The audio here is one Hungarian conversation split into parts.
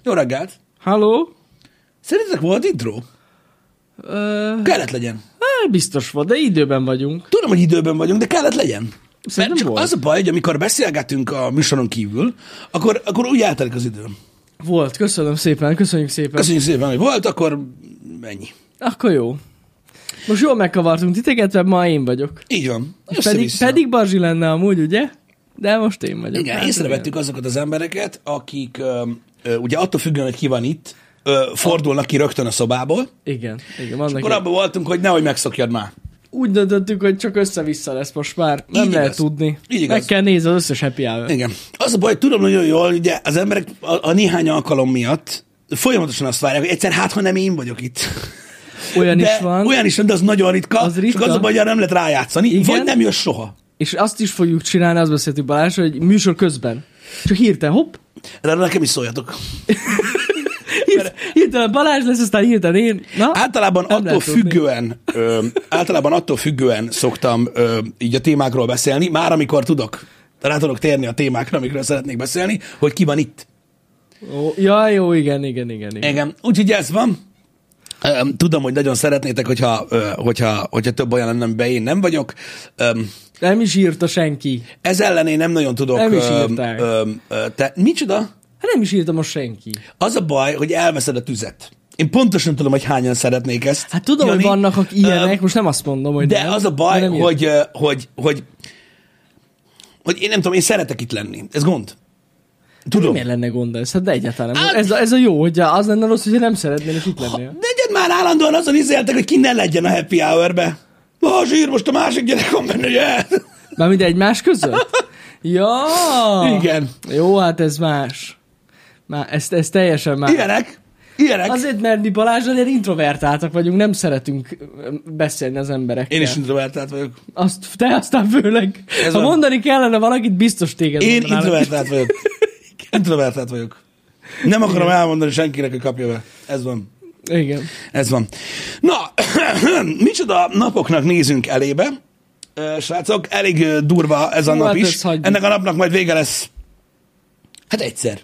Jó reggelt! Halló? Szerintetek volt intro? Kellett legyen. Biztos volt, de időben vagyunk. Tudom, hogy időben vagyunk, de kellett legyen. Szerintem Mert csak volt. az a baj, hogy amikor beszélgetünk a műsoron kívül, akkor úgy eltelik az idő. Volt, köszönöm szépen, köszönjük szépen. Köszönjük szépen, hogy volt, akkor ennyi. Akkor jó. Most jól megkavartunk titeket, mert ma én vagyok. Így van. Pedig Bazsi lenne amúgy, ugye? De most én vagyok. Igen, észrevettük azokat az embereket, akik ugye attól függően, hogy ki van itt, fordulnak ki rögtön a szobából. Igen. Akkor abban voltunk, hogy nehogy megszokjad már. Úgy döntöttük, hogy csak össze-vissza lesz most már. Nem Így lehet igaz. tudni. Így igaz. Meg kell nézni az összes happy hour. Igen. Az a baj, hogy tudom nagyon jól, ugye az emberek a néhány alkalom miatt folyamatosan azt várják, hogy egyszer ha nem én vagyok itt. Olyan De is van. Olyan is van, de az nagyon ritka. Az ritka. Csak az a baj, hogy arra nem lehet rájátszani, Igen. vagy nem jössz soha. És azt is fogjuk csinálni, azt beszéltük Balázs, hogy műsor közben. Csak hirtelen, hopp. De arra nekem is szóljatok. Hirtelen Balázs lesz, aztán hirtelen én. Na, Általában nem attól lehet tudni. függően szoktam így a témákról beszélni, már amikor tudok, rá tudok térni a témákra, amikről szeretnék beszélni, hogy ki van itt. Ó, ja, jó, igen. Igen, úgyhogy ez van. Tudom, hogy nagyon szeretnétek, hogyha több olyan lenne, amiben én nem vagyok. Nem is írta senki. Ez ellen én nem nagyon tudok. Nem is írták. Te micsoda? Hát nem is írta most senki. Az a baj, hogy elveszed a tüzet. Én pontosan tudom, hogy hányan szeretnék ezt. Hát tudom, Jani, hogy vannak, akik ilyenek, most nem azt mondom, hogy de nem. az a baj, De nem hogy én nem tudom, én szeretek itt lenni. Ez gond. Tudom. Miért lenne gond ez? Hát de egyáltalán nem. Ez a jó, hogy az lenne rossz, hogyha nem szeretnél, és itt lennél. De egyet már állandóan azon izéltek, hogy ki ne legyen a happy hour-be. Zsír, most a másik gyerek van benne, ugye? Mármint egymás között? Ja. Igen. Jó, hát ez más. Ez teljesen más. Ilyenek. Azért, mert mi Balázsral ilyen introvertáltak vagyunk, nem szeretünk beszélni az emberekkel. Én is introvertált vagyok. Te aztán főleg. Ez Ha van. mondani kellene valakit, biztos téged Én mondanám. introvertált vagyok. Introvertált vagyok. Nem akarom elmondani senkinek, hogy kapja be. Ez van. Igen. Ez van. Na, micsoda napoknak nézünk elébe, srácok. Elég durva ez a Hú, nap hát is. ezt hagyjuk. Ennek a napnak majd vége lesz. Hát egyszer.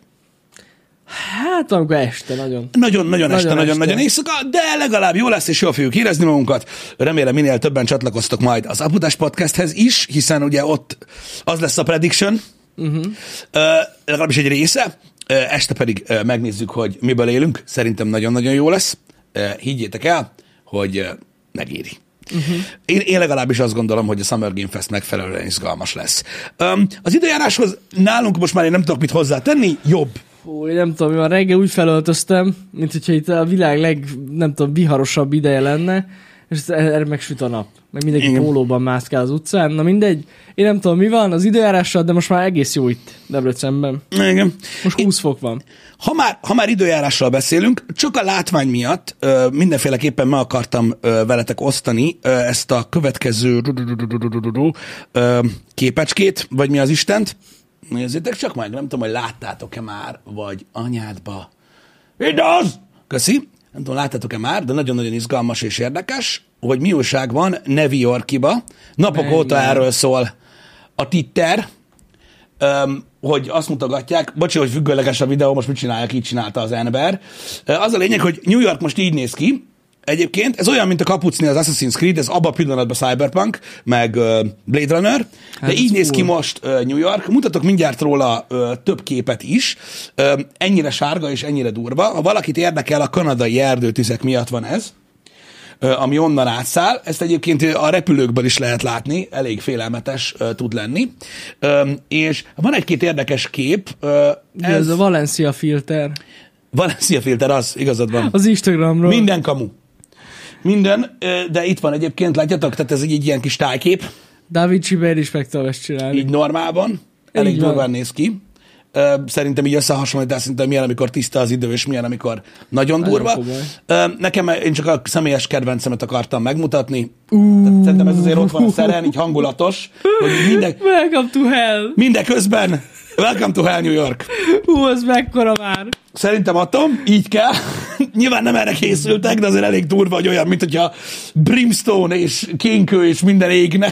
Hát amikor este nagyon. Nagyon este, Nagyon nagyon éjszaka, de legalább jó lesz, és jól fogjuk érezni magunkat. Remélem minél többen csatlakoztok majd az Apudás Podcasthez is, hiszen ugye ott az lesz a prediction, legalábbis egy része, este pedig megnézzük, hogy miből élünk. Szerintem nagyon-nagyon jó lesz. Higgyétek el, hogy megéri. Én legalábbis azt gondolom, hogy a Summer Game Fest megfelelően izgalmas lesz. Az időjáráshoz nálunk most már én nem tudok mit hozzátenni, jobb. Fú, én nem tudom, mi van, reggel úgy felöltöztem, mint hogyha itt a világ nem tudom, viharosabb ideje lenne, és erre meg süt a nap. Meg mindenki Igen. pólóban mászkál az utcán. Na mindegy, én nem tudom, mi van az időjárással, de most már egész jó itt Debrecenben. Igen. Most 20 fok van. Ha már időjárással beszélünk, csak a látvány miatt mindenféleképpen meg akartam veletek osztani ezt a következő képecskét, vagy mi az Istent. Nézzétek csak meg, nem tudom, hogy láttátok-e már, vagy anyádba. Igaz! Köszi! Nem tudom, láttátok-e már, de nagyon-nagyon izgalmas és érdekes, hogy mi újság van New Yorkiba. Napok óta erről szól a Twitter, hogy azt mutogatják, bocsi, hogy függőleges a videó, most mit csinálják, így csinálta az ember. Az a lényeg, hogy New York most így néz ki, egyébként, ez olyan, mint a kapucni az Assassin's Creed, ez abban a pillanatban Cyberpunk, meg Blade Runner, de így néz ki most New York. Mutatok mindjárt róla több képet is. Ennyire sárga és ennyire durva. Ha valakit érdekel, a kanadai erdőtüzek miatt van ez, ami onnan átszáll. Ezt egyébként a repülőkből is lehet látni, elég félelmetes tud lenni. És van egy-két érdekes kép. Ez a Valencia filter. Valencia filter, az, igazad van. Az Instagramról. Minden kamu. Minden, de itt van egyébként, látjátok? Tehát ez egy ilyen kis tájkép. Da Vinci-ben is meg tudom ezt csinálni. Így normálban. Elég Így van. durván néz ki. Szerintem így összehasonlítás szinte milyen, amikor tiszta az idő, és milyen, amikor nagyon durva. Nekem én csak a személyes kedvencemet akartam megmutatni. Tehát szerintem ez azért ott van a szeren, így hangulatos. Hogy Welcome to hell. mindeközben Welcome to Hell New York. Ez mekkora már. Szerintem adom, így kell. Nyilván nem erre készültek, de azért elég durva, hogy olyan, mint hogyha brimstone és kénkő és minden égne.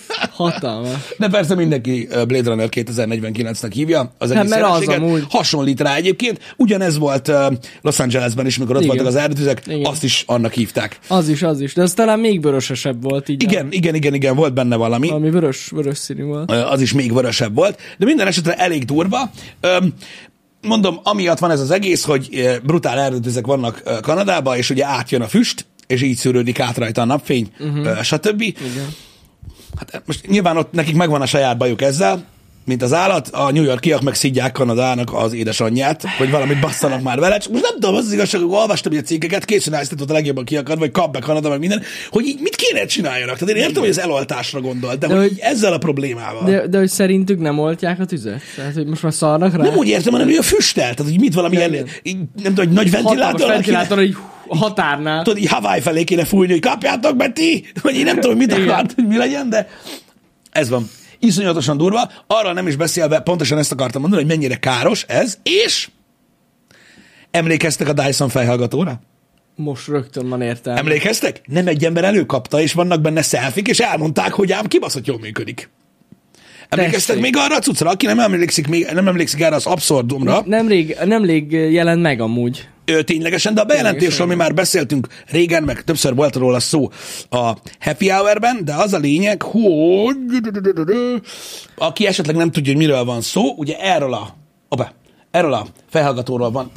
Hatalmas. De persze mindenki Blade Runner 2049-nek hívja az egész mert az jelenséget. amúgy. Hasonlít rá egyébként. Ugyanez volt Los Angelesben is, mikor ott Igen. voltak az erdőtüzek, Igen. azt is annak hívták. Az is. De az talán még vörösesebb volt így. Igen, volt benne valami. Valami vörös színű volt. Az is még vörösebb volt, de minden esetre elég durva. Mondom, amiatt van ez az egész, hogy brutál erdőtüzek vannak Kanadában, és ugye átjön a füst, és így szűrődik át rajta a napfény, stb. Igen. Hát most nyilván ott nekik megvan a saját bajuk ezzel, mint az állat, a New Yorkiak meg szidják Kanadának az édesanyját, hogy valamit basszanak már vele. Csak most nem tudom, az igazság, hogy olvastam a cikkeket, készen állított a legjobban kiakad, vagy kap be Kanada, meg minden, hogy így mit kéne csináljanak. Tehát én értem, hogy az eloltásra gondolt, de hogy ezzel a problémával. De hogy szerintük nem oltják a tüzet? Tehát, hogy most már szarnak rá? Nem úgy értem, hanem hogy a füstel, tehát hogy mit valamilyen, így, nem tudom, hogy nagy ventilátor, hogy a határnál. Tudod, így Hawaii felé kéne fújni, hogy kapjátok be ti, hogy én nem tudom, hogy mit akart, hogy mi legyen, de ez van. Iszonyatosan durva, arra nem is beszélve, pontosan ezt akartam mondani, hogy mennyire káros ez, és emlékeztek a Dyson fejhallgatóra? Most rögtön van értelme. Emlékeztek? Nem egy ember előkapta, és vannak benne szelfik, és elmondták, hogy ám kibaszott jól működik. Emlékeztek még arra a cuccra? Aki nem emlékszik erre az abszurdumra. Nemrég jelent meg amúgy. Ténylegesen, de a bejelentésről mi már beszéltünk régen, meg többször volt róla szó a Happy Hour-ben, de az a lényeg, hogy aki esetleg nem tudja, hogy miről van szó, ugye erről a fejhallgatóról van.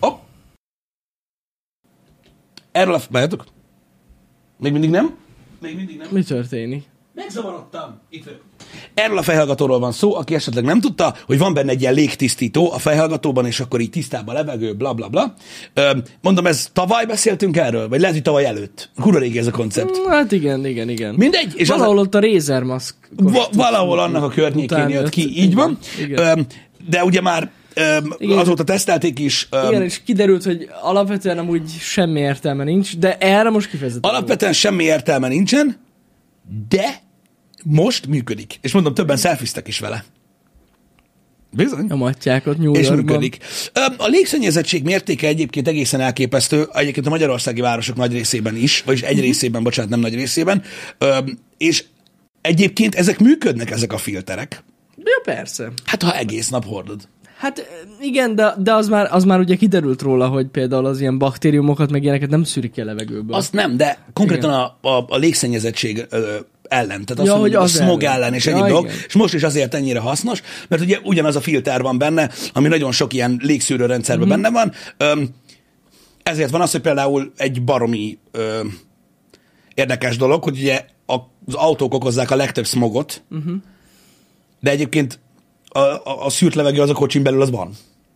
Várjátok? Még mindig nem? Mi történik? Megzavarodtam. Itt vagyok. Erről a fejhallgatóról van szó, aki esetleg nem tudta, hogy van benne egy ilyen légtisztító a fejhallgatóban, és akkor így tisztább a levegő, bla bla bla. Mondom, ez tavaly beszéltünk erről? Vagy lehet, hogy tavaly előtt? Kurva régi ez a koncept. Hát igen. Mindegy. És valahol ott a Razer Mask. Valahol annak a környékén jött ki, így van. De ugye már azóta tesztelték is. Igen, és kiderült, hogy alapvetően amúgy semmi értelme nincs, de erre most kifejezetten. Alapvetően semmi értelme nincsen, de most működik. És mondom, többen szelfiztek is vele. Bizony. A mattyákat New És Yorkban. működik. A légszennyezettség mértéke egyébként egészen elképesztő, egyébként a magyarországi városok nagy részében is, vagyis egy részében, bocsánat, nem nagy részében, és egyébként ezek működnek, ezek a filterek. Ja, persze. Hát ha egész nap hordod. Hát igen, de az már ugye kiderült róla, hogy például az ilyen baktériumokat, meg ilyeneket nem szűrik ki a levegőből. Azt nem, de konkrétan a légszennyezettség ellen, tehát azt mondjuk, a smog ellen és egyéb dolog, és most is azért ennyire hasznos, mert ugye ugyanaz a filter van benne, ami nagyon sok ilyen légszűrőrendszerben benne van, ezért van az, hogy például egy baromi érdekes dolog, hogy ugye az autók okozzák a legtöbb smogot, de egyébként a szűrt levegő az a kocsin belül az van.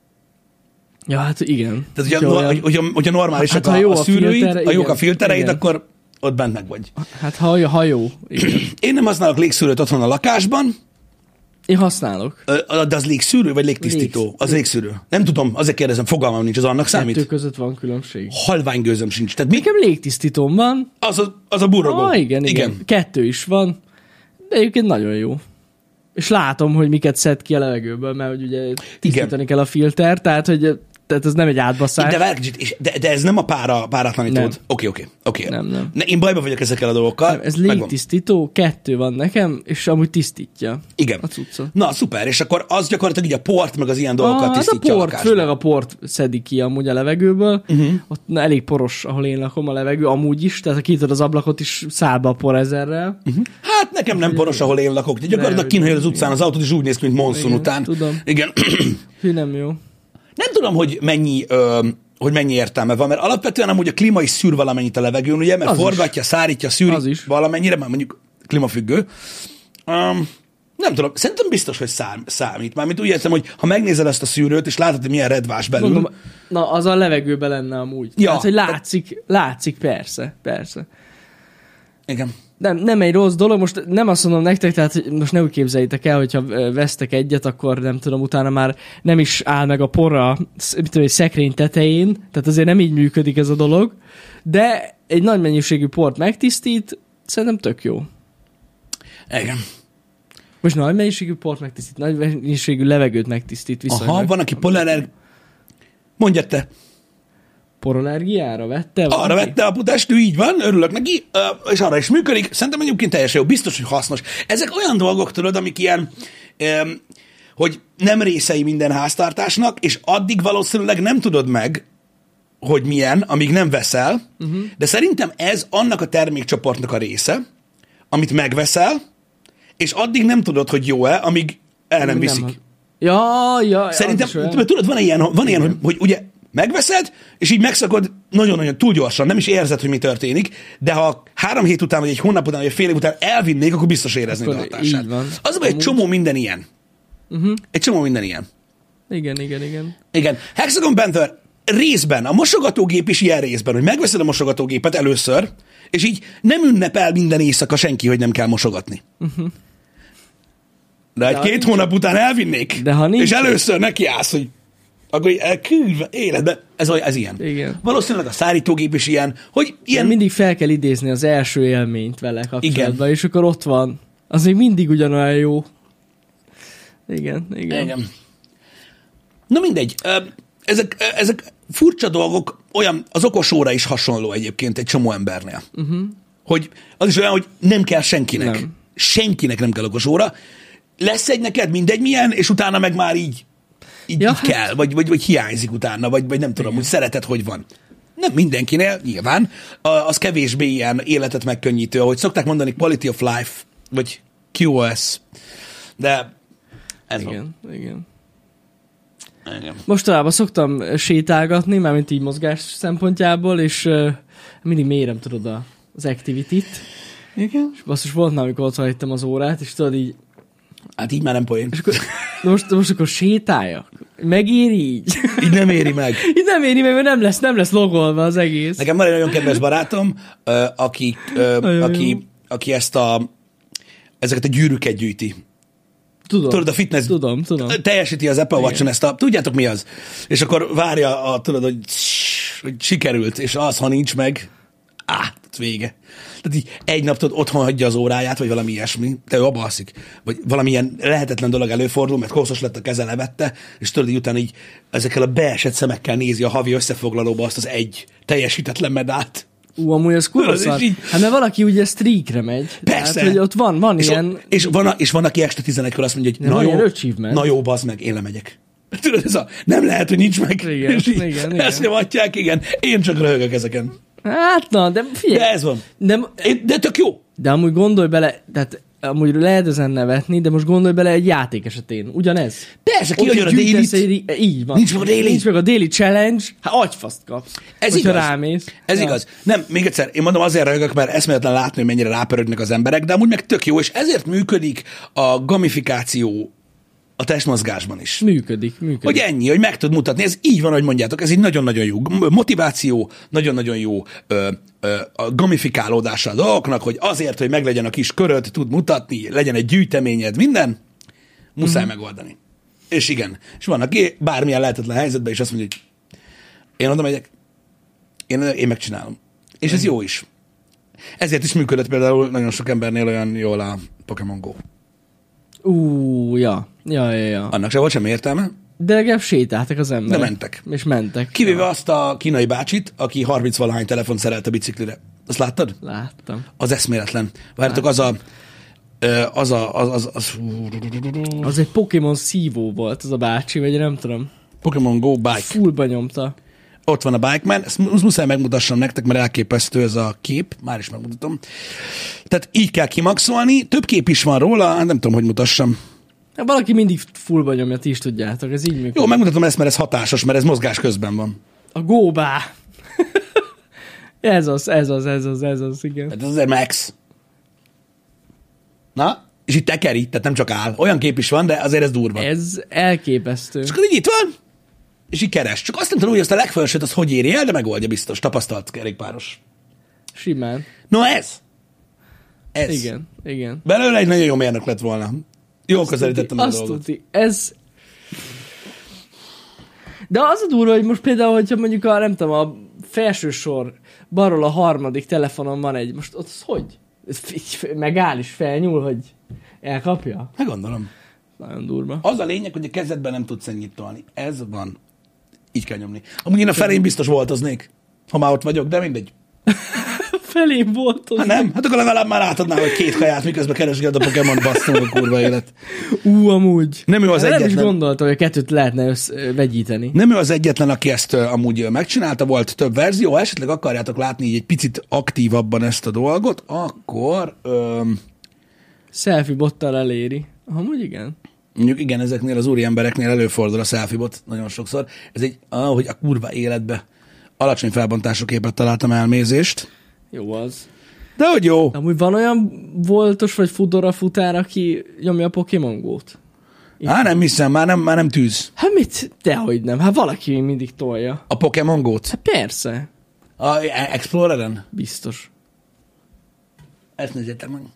Ja, hát igen. Tehát, hogyha normálisak hát, a szűrőid, filter, a jók a filtereid, igen. akkor ott bent meg vagy. Hát ha jó. Igen. Én nem használok légszűrőt otthon a lakásban. Én használok. De az légszűrő, vagy légtisztító? Az légszűrő. Nem tudom, azért kérdezem, fogalmam nincs, az annak számít. Kettő között van különbség. Halványgőzöm sincs. Tehát Nekem légtisztítóm van. Az a burrogó. Igen. Kettő is van. De egyébként nagyon jó. És látom, hogy miket szed ki a levegőből, mert hogy ugye tisztítani kell a filter, tehát ez nem egy átbaszás. De várj kicsit, de ez nem a párátlanítód? Oké. Nem. Én bajba vagyok ezekkel a dolgokkal. Nem, ez légtisztító, 2 van nekem, és amúgy tisztítja. Igen. A cuccot. Na, szuper, és akkor az gyakorlatilag így a port, meg az ilyen dolgokat tisztítja a port, főleg a port szedi ki amúgy a levegőből. Ott elég poros, ahol én lakom a levegő, amúgy is, tehát ha kinyitod az ablakot is száll be a por ezerrel. Hát nekem nem poros, ahol én lakok. De gyakorlatilag kint az utcán az autót is úgy néz ki, mint monszun után. Tudom. Igen. Hű, nem jó. Nem tudom, hogy mennyi értelme van, mert alapvetően amúgy a klíma is szűr valamennyit a levegőn, ugye, mert az forgatja, is. Szárítja, szűri valamennyire, már mondjuk klímafüggő. Nem tudom, szerintem biztos, hogy számít. Mármint úgy értem, hogy ha megnézed ezt a szűrőt, és látod, hogy milyen redvás belül. Mondom, na, az a levegőben lenne amúgy. Ja, tehát, hogy látszik, persze. Igen. Nem egy rossz dolog, most nem azt mondom nektek, tehát hogy most ne úgy képzeljétek el, hogyha vesztek egyet, akkor nem tudom, utána már nem is áll meg a porra, egy szekrény tetején, tehát azért nem így működik ez a dolog, de egy nagy mennyiségű port megtisztít, szerintem tök jó. Igen. Most nagy mennyiségű port megtisztít, nagy mennyiségű levegőt megtisztít viszonylag. Aha, van, aki polar. Mondjad te. porallergiára vette? Arra vette a putestű, így van, örülök neki, és arra is működik. Szerintem egyébként teljesen jó, biztos, hogy hasznos. Ezek olyan dolgok, tudod, amik ilyen, hogy nem részei minden háztartásnak, és addig valószínűleg nem tudod meg, hogy milyen, amíg nem veszel, de szerintem ez annak a termékcsoportnak a része, amit megveszel, és addig nem tudod, hogy jó-e, amíg el nem viszik. Ja. Szerintem, tudod, van ilyen hogy ugye megveszed, és így megszakod nagyon-nagyon túl gyorsan, nem is érzed, hogy mi történik, de ha 3 hét után, vagy egy hónap után, vagy egy fél év után elvinnék, akkor biztos éreznéd a hatását. Az, hogy egy csomó minden ilyen. Egy csomó minden ilyen. Igen. Hexagon Panther részben, a mosogatógép is ilyen részben, hogy megveszed a mosogatógépet először, és így nem ünnepel minden éjszaka senki, hogy nem kell mosogatni. De egy-két hónap után elvinnék, de ha nincs, és először nekiállsz, hogy akkor elkülve életbe. Ez ilyen. Igen. Valószínűleg a szárítógép is ilyen, hogy ilyen... Mindig fel kell idézni az első élményt vele kapcsolatban, és akkor ott van. Az még mindig ugyanolyan jó. Igen. Na mindegy. Ezek furcsa dolgok, olyan, az okos óra is hasonló egyébként egy csomó embernél. Hogy az is olyan, hogy nem kell senkinek. Nem. Senkinek nem kell okos óra. Lesz egy neked mindegy milyen, és utána meg már így kell, vagy hiányzik utána, vagy nem tudom, hogy szereted, hogy van. Nem mindenkinél, nyilván. Az kevésbé ilyen életet megkönnyítő, ahogy szokták mondani, quality of life, vagy QoS. De ez van. Igen. Mostanában szoktam sétálgatni, mármint így mozgás szempontjából, és mindig mérem, tudod, az activity-t. Igen. És basszus, volt már, amikor ott hagytam az órát, és tudod így... Hát így már nem poén. És akkor, most akkor sétáljak? Megéri így? Így nem éri meg. Így nem éri meg, mert nem lesz logolva az egész. Nekem van egy nagyon kedves barátom, aki ezeket a gyűrűket gyűjti. Tudod, a fitness... Tudom. Teljesíti az Apple Watch-on ezt tudjátok mi az? És akkor várja, tudod, hogy sikerült, és az, ha nincs meg, vége. Tehát így egy nap tudod, otthon hagyja az óráját, vagy valami ilyesmi, de ő abba alszik. Vagy valamilyen lehetetlen dolog előfordul, mert hosszas lett a keze, levette, és tudod, így utána így ezekkel a beesett szemekkel nézi a havi összefoglalóba azt az egy teljesítetlen medált. Amúgy az kurva így... Hát mert valaki ugye streakre megy. Persze. Tehát, hogy ott van és ilyen... És van, aki este 11-kor azt mondja, hogy na jó, bazd meg, én lemegyek. Tudod, ez nem lehet, hogy nincs meg. Igen. Ezt nyomatják, igen. Én csak röhögök ezeken. Hát na, de figyelj. De ez van. De tök jó. De amúgy gondolj bele, tehát amúgy lehet ezen nevetni, de most gondolj bele egy játék esetén. Ugyanez. Persze, kiadjon a délit. Így van. Nincs meg a daily challenge, hát agyfaszt kapsz. Ez igaz. Rámész. Ez igaz. Nem, még egyszer, én mondom azért röhögök, mert eszméletlen látni, hogy mennyire rápörögnek az emberek, de amúgy meg tök jó, és ezért működik a gamifikáció a testmozgásban is. Működik. Hogy ennyi, hogy meg tud mutatni. Ez így van, ahogy mondjátok, ez egy nagyon-nagyon jó motiváció, nagyon-nagyon jó a gamifikálódása a dolgoknak, hogy azért, hogy meglegyen a kis köröd, tud mutatni, legyen egy gyűjteményed, minden, muszáj megoldani. És igen. És van, aki bármilyen lehetetlen helyzetben is azt mondja, hogy én oda megyek, én megcsinálom. És ez jó is. Ezért is működött például nagyon sok embernél olyan jól a Pokémon Go. Ja. Annak se volt semmi értelme. De legalább sétáltak az emberek. De mentek. És mentek. Kivéve azt a kínai bácsit, aki 30-valahány telefon szerelt a biciklire. Azt láttad? Láttam. Az eszméletlen. Várjátok, az egy Pokémon szívó volt, az a bácsi, vagy nem tudom. Pokémon Go Bike. Fullba nyomta. Ott van a Bikeman, ezt muszáj megmutassam nektek, mert elképesztő ez a kép, már is megmutatom. Tehát így kell kimaxolni, több kép is van róla, nem tudom, hogy mutassam. Valaki mindig fullba nyomja, ti is tudjátok, ez így működik. Jó, megmutatom ezt, mert ez hatásos, mert ez mozgás közben van. A Go-bá. ez az, igen. Tehát ez azért max. Na, és itt tekeri, tehát nem csak áll. Olyan kép is van, de azért ez durva. Ez elképesztő. És akkor így itt van, és így keres. Csak azt nem tudom, hogy azt a legfelsőt az hogy éri el, de megoldja biztos. Tapasztalt kerékpáros. Simán. No ez. Igen. Belőle egy nagyon jó mérnök lett volna. Jól közelítettem a dolgot. Ez... De az a durva, hogy most például, hogyha mondjuk nem tudom, a felső sor balról a harmadik telefonon van egy, most ott hogy? Megáll is, felnyúl, hogy elkapja? Meggondolom. Nagyon durva. Az a lényeg, hogy a kezedben nem tudsz ennyit tolni. Ez van. így kell nyomni. Amúgy én a felén biztos voltoznék, ha már ott vagyok, de mindegy. Felém volt az. Hát nem? Hát akkor legalább már átadnál, hogy 2 kaját, miközben keresgéld a Pokémon, basszom a kurva élet. Amúgy. Nem ő az Nem egyetlen. is gondoltam, hogy a kettőt lehetne vegyíteni. Nem ő az egyetlen, aki ezt amúgy megcsinálta, volt több verzió. Ha esetleg akarjátok látni így egy picit aktívabban ezt a dolgot, akkor Selfie bottal eléri. Amúgy igen. mondjuk igen, ezeknél az úri embereknél előfordul a selfie bot nagyon sokszor. Ez egy, ahogy a kurva életbe alacsony felbontású képet találtam elmézést. Jó az. De hogy jó. Amúgy van olyan voltos vagy fudora futár, aki nyomja a Pokémon Go-t? Hát nem hiszem, már nem tűz. Hát mit? Dehogy nem. Hát valaki mindig tolja. A Pokémon Go-t? Hát persze. A Exploreren? Biztos. Ezt nézzétek meg.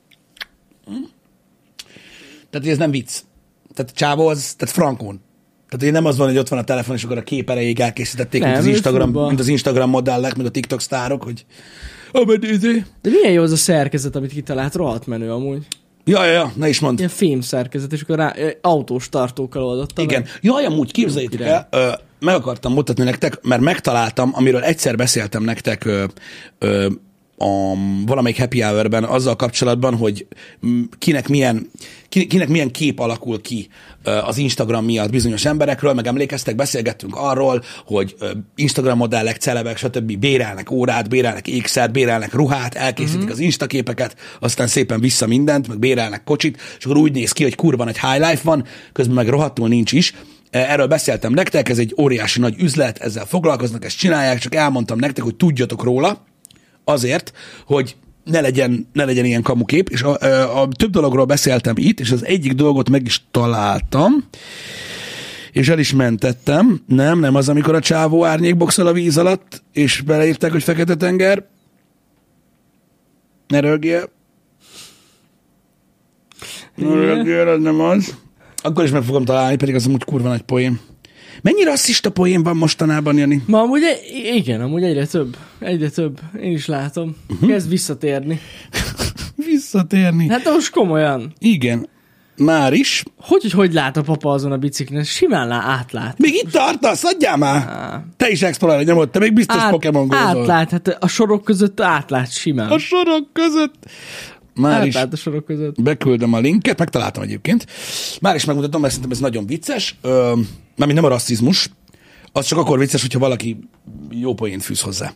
Tehát ez nem vicc. Tehát csávó az, tehát frankón. Tehát ugye nem az van, hogy ott van a telefon, és akkor a kép erejéig elkészítették, Nem, mint az Instagram modellek, meg a TikTok sztárok, hogy amedézé. De milyen jó az a szerkezet, amit kitalált, rohadt menő amúgy. Ja, ne is mondd. Ilyen fém szerkezet, és akkor rá autós tartókkal oldotta. Igen. Jaj, amúgy képzeljétek el, meg akartam mutatni nektek, mert megtaláltam, amiről egyszer beszéltem nektek valamelyik happy hour-ben azzal kapcsolatban, hogy kinek milyen kép alakul ki az Instagram miatt bizonyos emberekről, meg emlékeztek, beszélgettünk arról, hogy Instagram modellek, celebek, stb. Bérelnek órát, bérelnek ékszert, bérelnek ruhát, elkészítik az instaképeket, aztán szépen vissza mindent, meg bérelnek kocsit, és akkor úgy néz ki, hogy kurva nagy high life van, közben meg rohadtul nincs is. Erről beszéltem nektek, ez egy óriási nagy üzlet, ezzel foglalkoznak, ezt csinálják, csak elmondtam nektek, hogy tudjatok róla, azért, hogy ne legyen ilyen kamukép, és a több dologról beszéltem itt, és az egyik dolgot meg is találtam, és el is mentettem. Nem az, amikor a csávó árnyékboxol a víz alatt, és beleírták, hogy Fekete-tenger. Ne rögjél. Ne rögjél, az nem az. Akkor is meg fogom találni, pedig az amúgy kurva nagy poén. Mennyi rasszista poén van mostanában, Jani? Ma amúgy, igen, amúgy egyre több. Én is látom. Kezd visszatérni. Visszatérni. Hát de most komolyan. Igen. Már is. Hogy lát a papa azon a biciklin? Simán átlát. Még itt tartasz? Adjál már! Te is Explorer nyomod, te még biztos Pokémon Go-zol. Átlát, hát a sorok között átlát simán. A sorok között. Már is átlát a sorok között. beküldöm a linket, megtaláltam egyébként. Már is megmutatom, mert szerintem ez nagyon vicces. Mármint nem a rasszizmus, az csak akkor vicces, hogyha valaki jó poént fűz hozzá.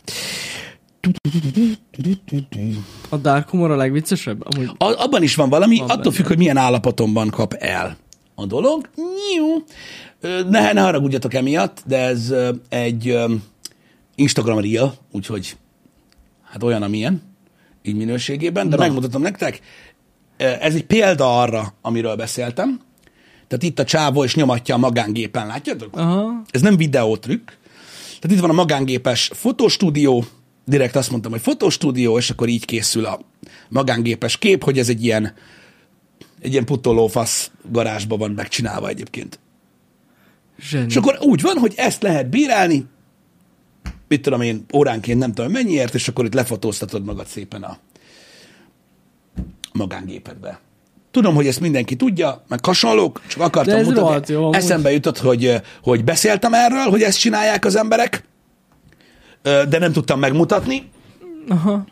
A Dark Humor a legviccesebb? Amúgy... Abban is van valami, Van attól benne. függ, hogy milyen állapotomban kap el a dolog. Jó. Ne haragudjatok emiatt, de ez egy Instagram reel, úgyhogy hát olyan, amilyen, így minőségében, de megmutatom nektek. Ez egy példa arra, amiről beszéltem. Tehát itt a csávó és nyomatja a magángépen, látjátok? Aha. Ez nem videótrükk. Tehát itt van a magángépes fotostúdió, direkt azt mondtam, hogy fotostúdió, és akkor így készül a magángépes kép, hogy ez egy ilyen puttolófasz garázsba van megcsinálva egyébként. Zseni. És akkor úgy van, hogy ezt lehet bírálni, mit tudom én, óránként nem tudom mennyiért, és akkor itt lefotóztatod magad szépen a magángépedbe. Tudom, hogy ezt mindenki tudja, meg hasonlók, csak akartam mutatni. Jó, eszembe jutott, hogy beszéltem erről, hogy ezt csinálják az emberek, de nem tudtam megmutatni. Aha.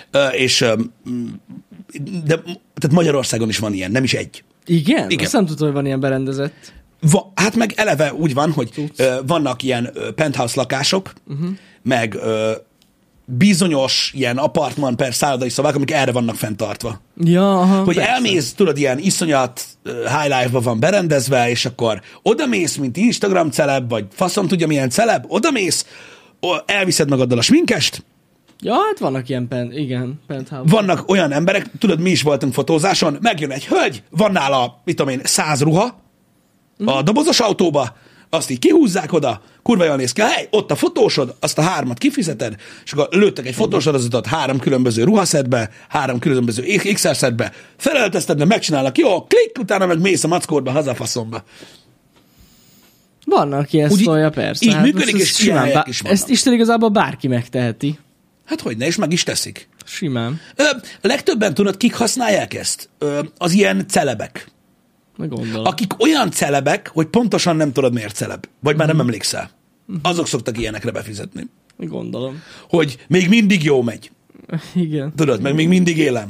Tehát Magyarországon is van ilyen, nem is egy. Igen? Igen. Azt nem tudtam, hogy van ilyen berendezett. Hát meg eleve úgy van, hogy vannak ilyen penthouse lakások, meg bizonyos ilyen apartman per szállodai szobák, amik erre vannak fenntartva. Ja, aha, Hogy persze. elmész, tudod, ilyen iszonyat high life-ba van berendezve, és akkor odamész, mint Instagram celeb, vagy faszom tudja milyen celeb, odamész, elviszed magaddal a sminkest, Ja, hát vannak ilyen penthouse. vannak olyan emberek, tudod, mi is voltunk fotózáson, megjön egy hölgy, van nála, mit tudom én, 100 ruha a dobozos autóba, azt így kihúzzák oda, kurva jól néz ki, hely, ott a fotósod, azt a 3 kifizeted, és akkor lőttek egy fotósorozatot 3 különböző ruhaszedbe, 3 különböző XR szedbe, felöltözted, de megcsinálnak, jó, klik, utána meg mész a mackódba, hazafaszomba. Vannak, aki ezt Úgy tolja, persze. így működik, most és ez ilyen simán helyek is vannak. ezt Isten igazából bárki megteheti. Hát hogyne, és meg is teszik. Simán. A legtöbben tudod, kik használják ezt? Az ilyen celebek. Meg gondolom. Akik olyan celebek, hogy pontosan nem tudod, miért celeb. Vagy már nem emlékszel. Azok szoktak ilyenekre befizetni. Gondolom. Hogy még mindig jó megy. Igen. Tudod, meg még mindig élem.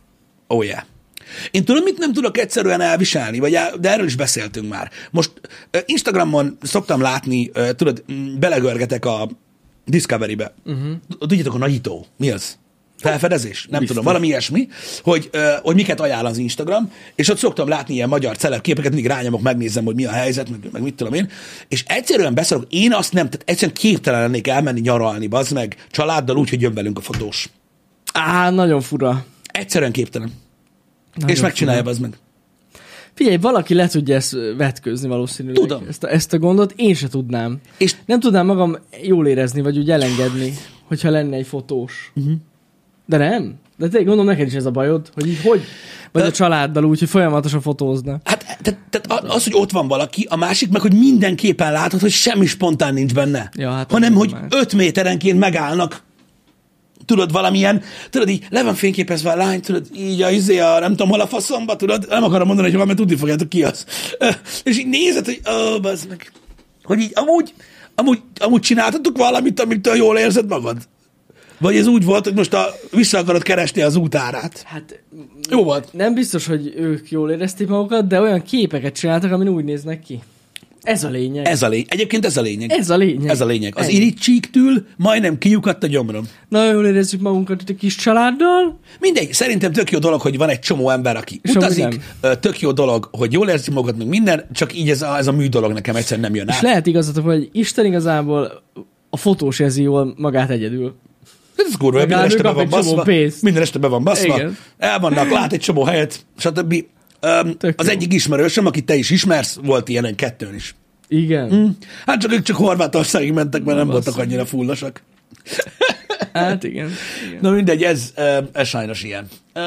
Oh yeah. Én tudom, mit nem tudok egyszerűen elviselni, de erről is beszéltünk már. Most Instagramon szoktam látni, tudod, belegörgetek a Discovery-be. Tudjátok, a nagyító. Mi az? Felfedezés? Nem tudom, valami ilyesmi, hogy miket ajánl az Instagram, és ott szoktam látni ilyen magyar celeb képeket, mindig rányomok, megnézem, hogy mi a helyzet, meg mit tudom én, és egyszerűen beszélok, én azt nem, tehát egyszerűen képtelen lennék elmenni nyaralni, bazd meg, családdal úgy, hogy jön velünk a fotós. Nagyon fura. Egyszerűen képtelen. Nagyon és megcsinálja, bazd meg. Figyelj, valaki le tudja ezt vetkőzni valószínűleg. Tudom. Ezt a gondot én se tudnám. És nem tudnám magam jól érezni, vagy úgy elengedni, hogyha lenne egy fotós. De nem? De tényleg gondolom, neked is ez a bajod, hogy így hogy? Vagy a családdal úgy, hogy folyamatosan fotózna. Hát tehát az, hogy ott van valaki, a másik meg, hogy mindenképpen látod, hogy semmi spontán nincs benne. Ja, hát hanem, hogy más. 5 méterenként megállnak, tudod, valamilyen, tudod, így le van fényképezve a lány, tudod, így nem tudom, hol a faszomba, tudod, nem akarom mondani, hogy hol, mert tudni fogjátok ki az. És így nézed, hogy bazd meg. Hogy így amúgy csináltatok valamit, amitől jól érzed magad? Vagy ez úgy volt, hogy most vissza akarod keresni az útárát? Hát jó volt. Nem biztos, hogy ők jól érezték magukat, de olyan képeket csináltak, amin úgy néznek ki. Ez a lényeg. Egyébként ez a lényeg. Ez a lényeg. Ez a lényeg. Az irigycsíktől majdnem kiukadt a gyomrom. Nagyon jól érezzük magunkat itt a kis családdal. Mindegy, szerintem tök jó dolog, hogy van egy csomó ember, aki utazik, tök jó dolog, hogy jól érzi magukat, meg minden, csak így ez a mű dolog nekem egyszerűen nem jön át. És lehet igazatok, hogy Isten igazából a fotós érzi jól magát egyedül. Ez kurva, minden este be van baszva. Minden este be van baszva. Igen. El vannak, lát egy csomó helyet, stb. Az egyik ismerősöm, akit te is ismersz, volt ilyenen 2 is. Igen. Hát csak ők csak Horvátországig mentek, mert nem voltak annyira fullasak. Hát igen. Na mindegy, ez sajnos ilyen.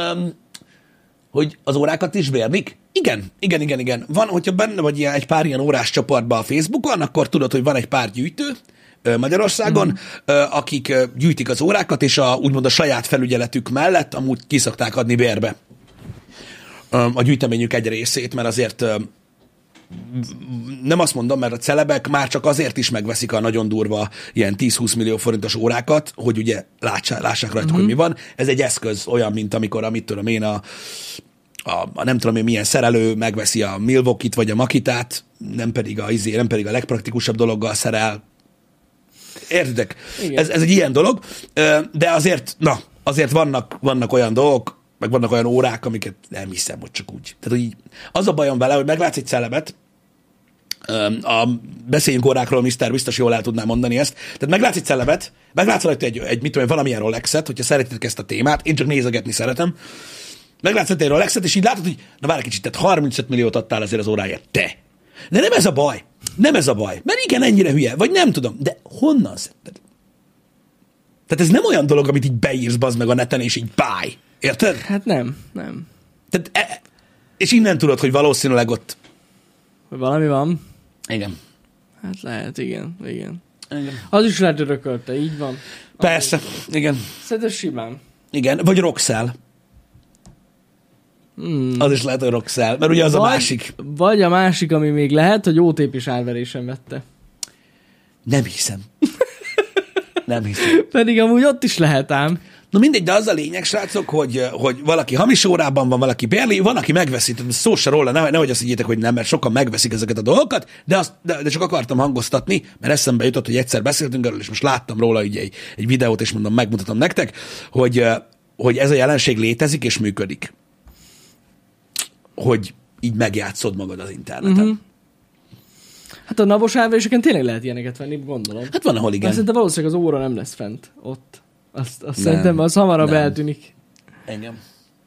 Hogy az órákat is vérnik? Igen. Van, hogyha benne vagy egy pár ilyen órás csoportban a Facebookon, akkor tudod, hogy van egy pár gyűjtő Magyarországon, akik gyűjtik az órákat, és úgymond a saját felügyeletük mellett amúgy ki szokták adni bérbe a gyűjteményük egy részét, mert azért nem azt mondom, mert a celebek már csak azért is megveszik a nagyon durva ilyen 10-20 millió forintos órákat, hogy ugye lássák rajta, hogy mi van. Ez egy eszköz olyan, mint amikor, amit tudom én, a nem tudom én milyen szerelő megveszi a Milwaukee-t vagy a Makitát, nem pedig a legpraktikusabb dologgal szerel. Értitek? Ez egy ilyen dolog, de azért vannak olyan dolgok, meg vannak olyan órák, amiket nem hiszem, hogy csak úgy. Tehát, hogy az a bajom vele, hogy meglátsz egy celebet, beszéljünk órákról, Mr. Biztos jól el tudnám mondani ezt. Tehát meglátsz egy celebet, meglátsz rajta egy mit tudom, valamilyen Rolexet, hogyha szeretitek ezt a témát, én csak nézegetni szeretem. Meglátsz egy Rolexet, és így látod, hogy na várj kicsit, tehát 35 milliót adtál azért az óráért. Te! De nem ez a baj. Nem ez a baj. Mert igen, ennyire hülye. Vagy nem tudom. De honnan szedted? Tehát ez nem olyan dolog, amit így beírsz, bazd meg a neten, és így báj. Érted? Hát nem. Tehát, és innen tudod, hogy valószínűleg ott... Hogy valami van. Igen. Hát lehet, igen. Az is lehet örökölte, így van. Persze, igen. Szerintem simán. Igen, vagy Roxel. Az is lehet, hogy Roxel, mert ugye az a másik. Vagy a másik, ami még lehet, hogy OTP-s árverésen vette. Nem hiszem. Nem hiszem. Pedig amúgy ott is lehet ám. Na mindegy, de az a lényeg, srácok, hogy valaki hamis órában van, valaki bérli, van, aki megveszi, szó se róla, nehogy azt higgyétek, hogy nem, mert sokan megveszik ezeket a dolgokat, de csak akartam hangoztatni, mert eszembe jutott, hogy egyszer beszéltünk erről, és most láttam róla ugye egy videót, és mondom, megmutatom nektek, hogy ez a jelenség létezik és működik. Hogy így megjátszod magad az interneten. Hát a napos árveréseken tényleg lehet ilyeneket venni, gondolom. Hát van, ahol igen. Szerintem valószínűleg az óra nem lesz fent ott. Azt szerintem az hamarabb eltűnik. Engem.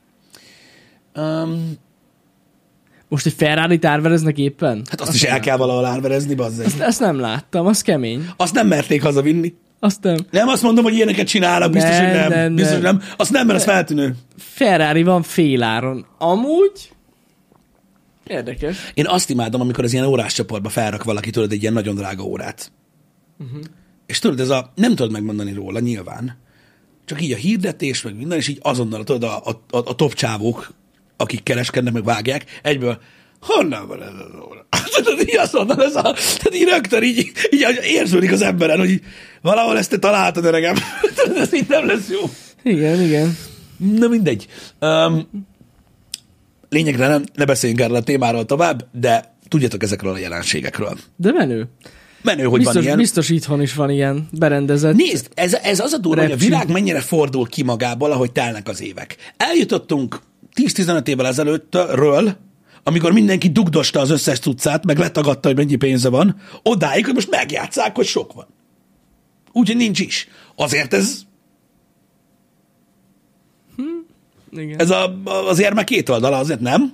Most egy Ferrari-t árvereznek éppen? Hát azt is el kell valahol árverezni, bazzeg. Ezt nem láttam, az kemény. Azt nem merték hazavinni. Azt nem. Nem azt mondom, hogy ilyeneket csinálnak, biztos, hogy nem. Biztos, hogy nem. Azt nem, mert az feltűnő. Ferrari van féláron. Amúgy... Érdekes. Én azt imádom, amikor az ilyen órás csoportba felrak valaki, tudod, egy ilyen nagyon drága órát. És tudod, nem tudod megmondani róla, nyilván. Csak így a hirdetés, meg minden, és így azonnal, tudod, a top csávók, akik kereskednek, meg vágják, egyből, honnan van ez az óra? Tehát így azt mondom, tehát így rögtön így érződik az emberen, hogy valahol ezt te találtad, öregem. Ez így nem lesz jó. Igen, igen. Na mindegy. Lényegre ne beszéljünk erről a témáról tovább, de tudjatok ezekről a jelenségekről. De menő. Menő, hogy van ilyen. Biztos itthon is van ilyen berendezett. Nézd, ez az a durva, hogy a világ mennyire fordul ki magából, ahogy telnek az évek. Eljutottunk 10-15 évvel ezelőttről, amikor mindenki dugdosta az összes cuccát, meg letagadta, hogy mennyi pénze van, odáig, hogy most megjátsszák, hogy sok van. Úgyhogy nincs is. Azért ez... Igen. Ez az érme két oldala, azért nem?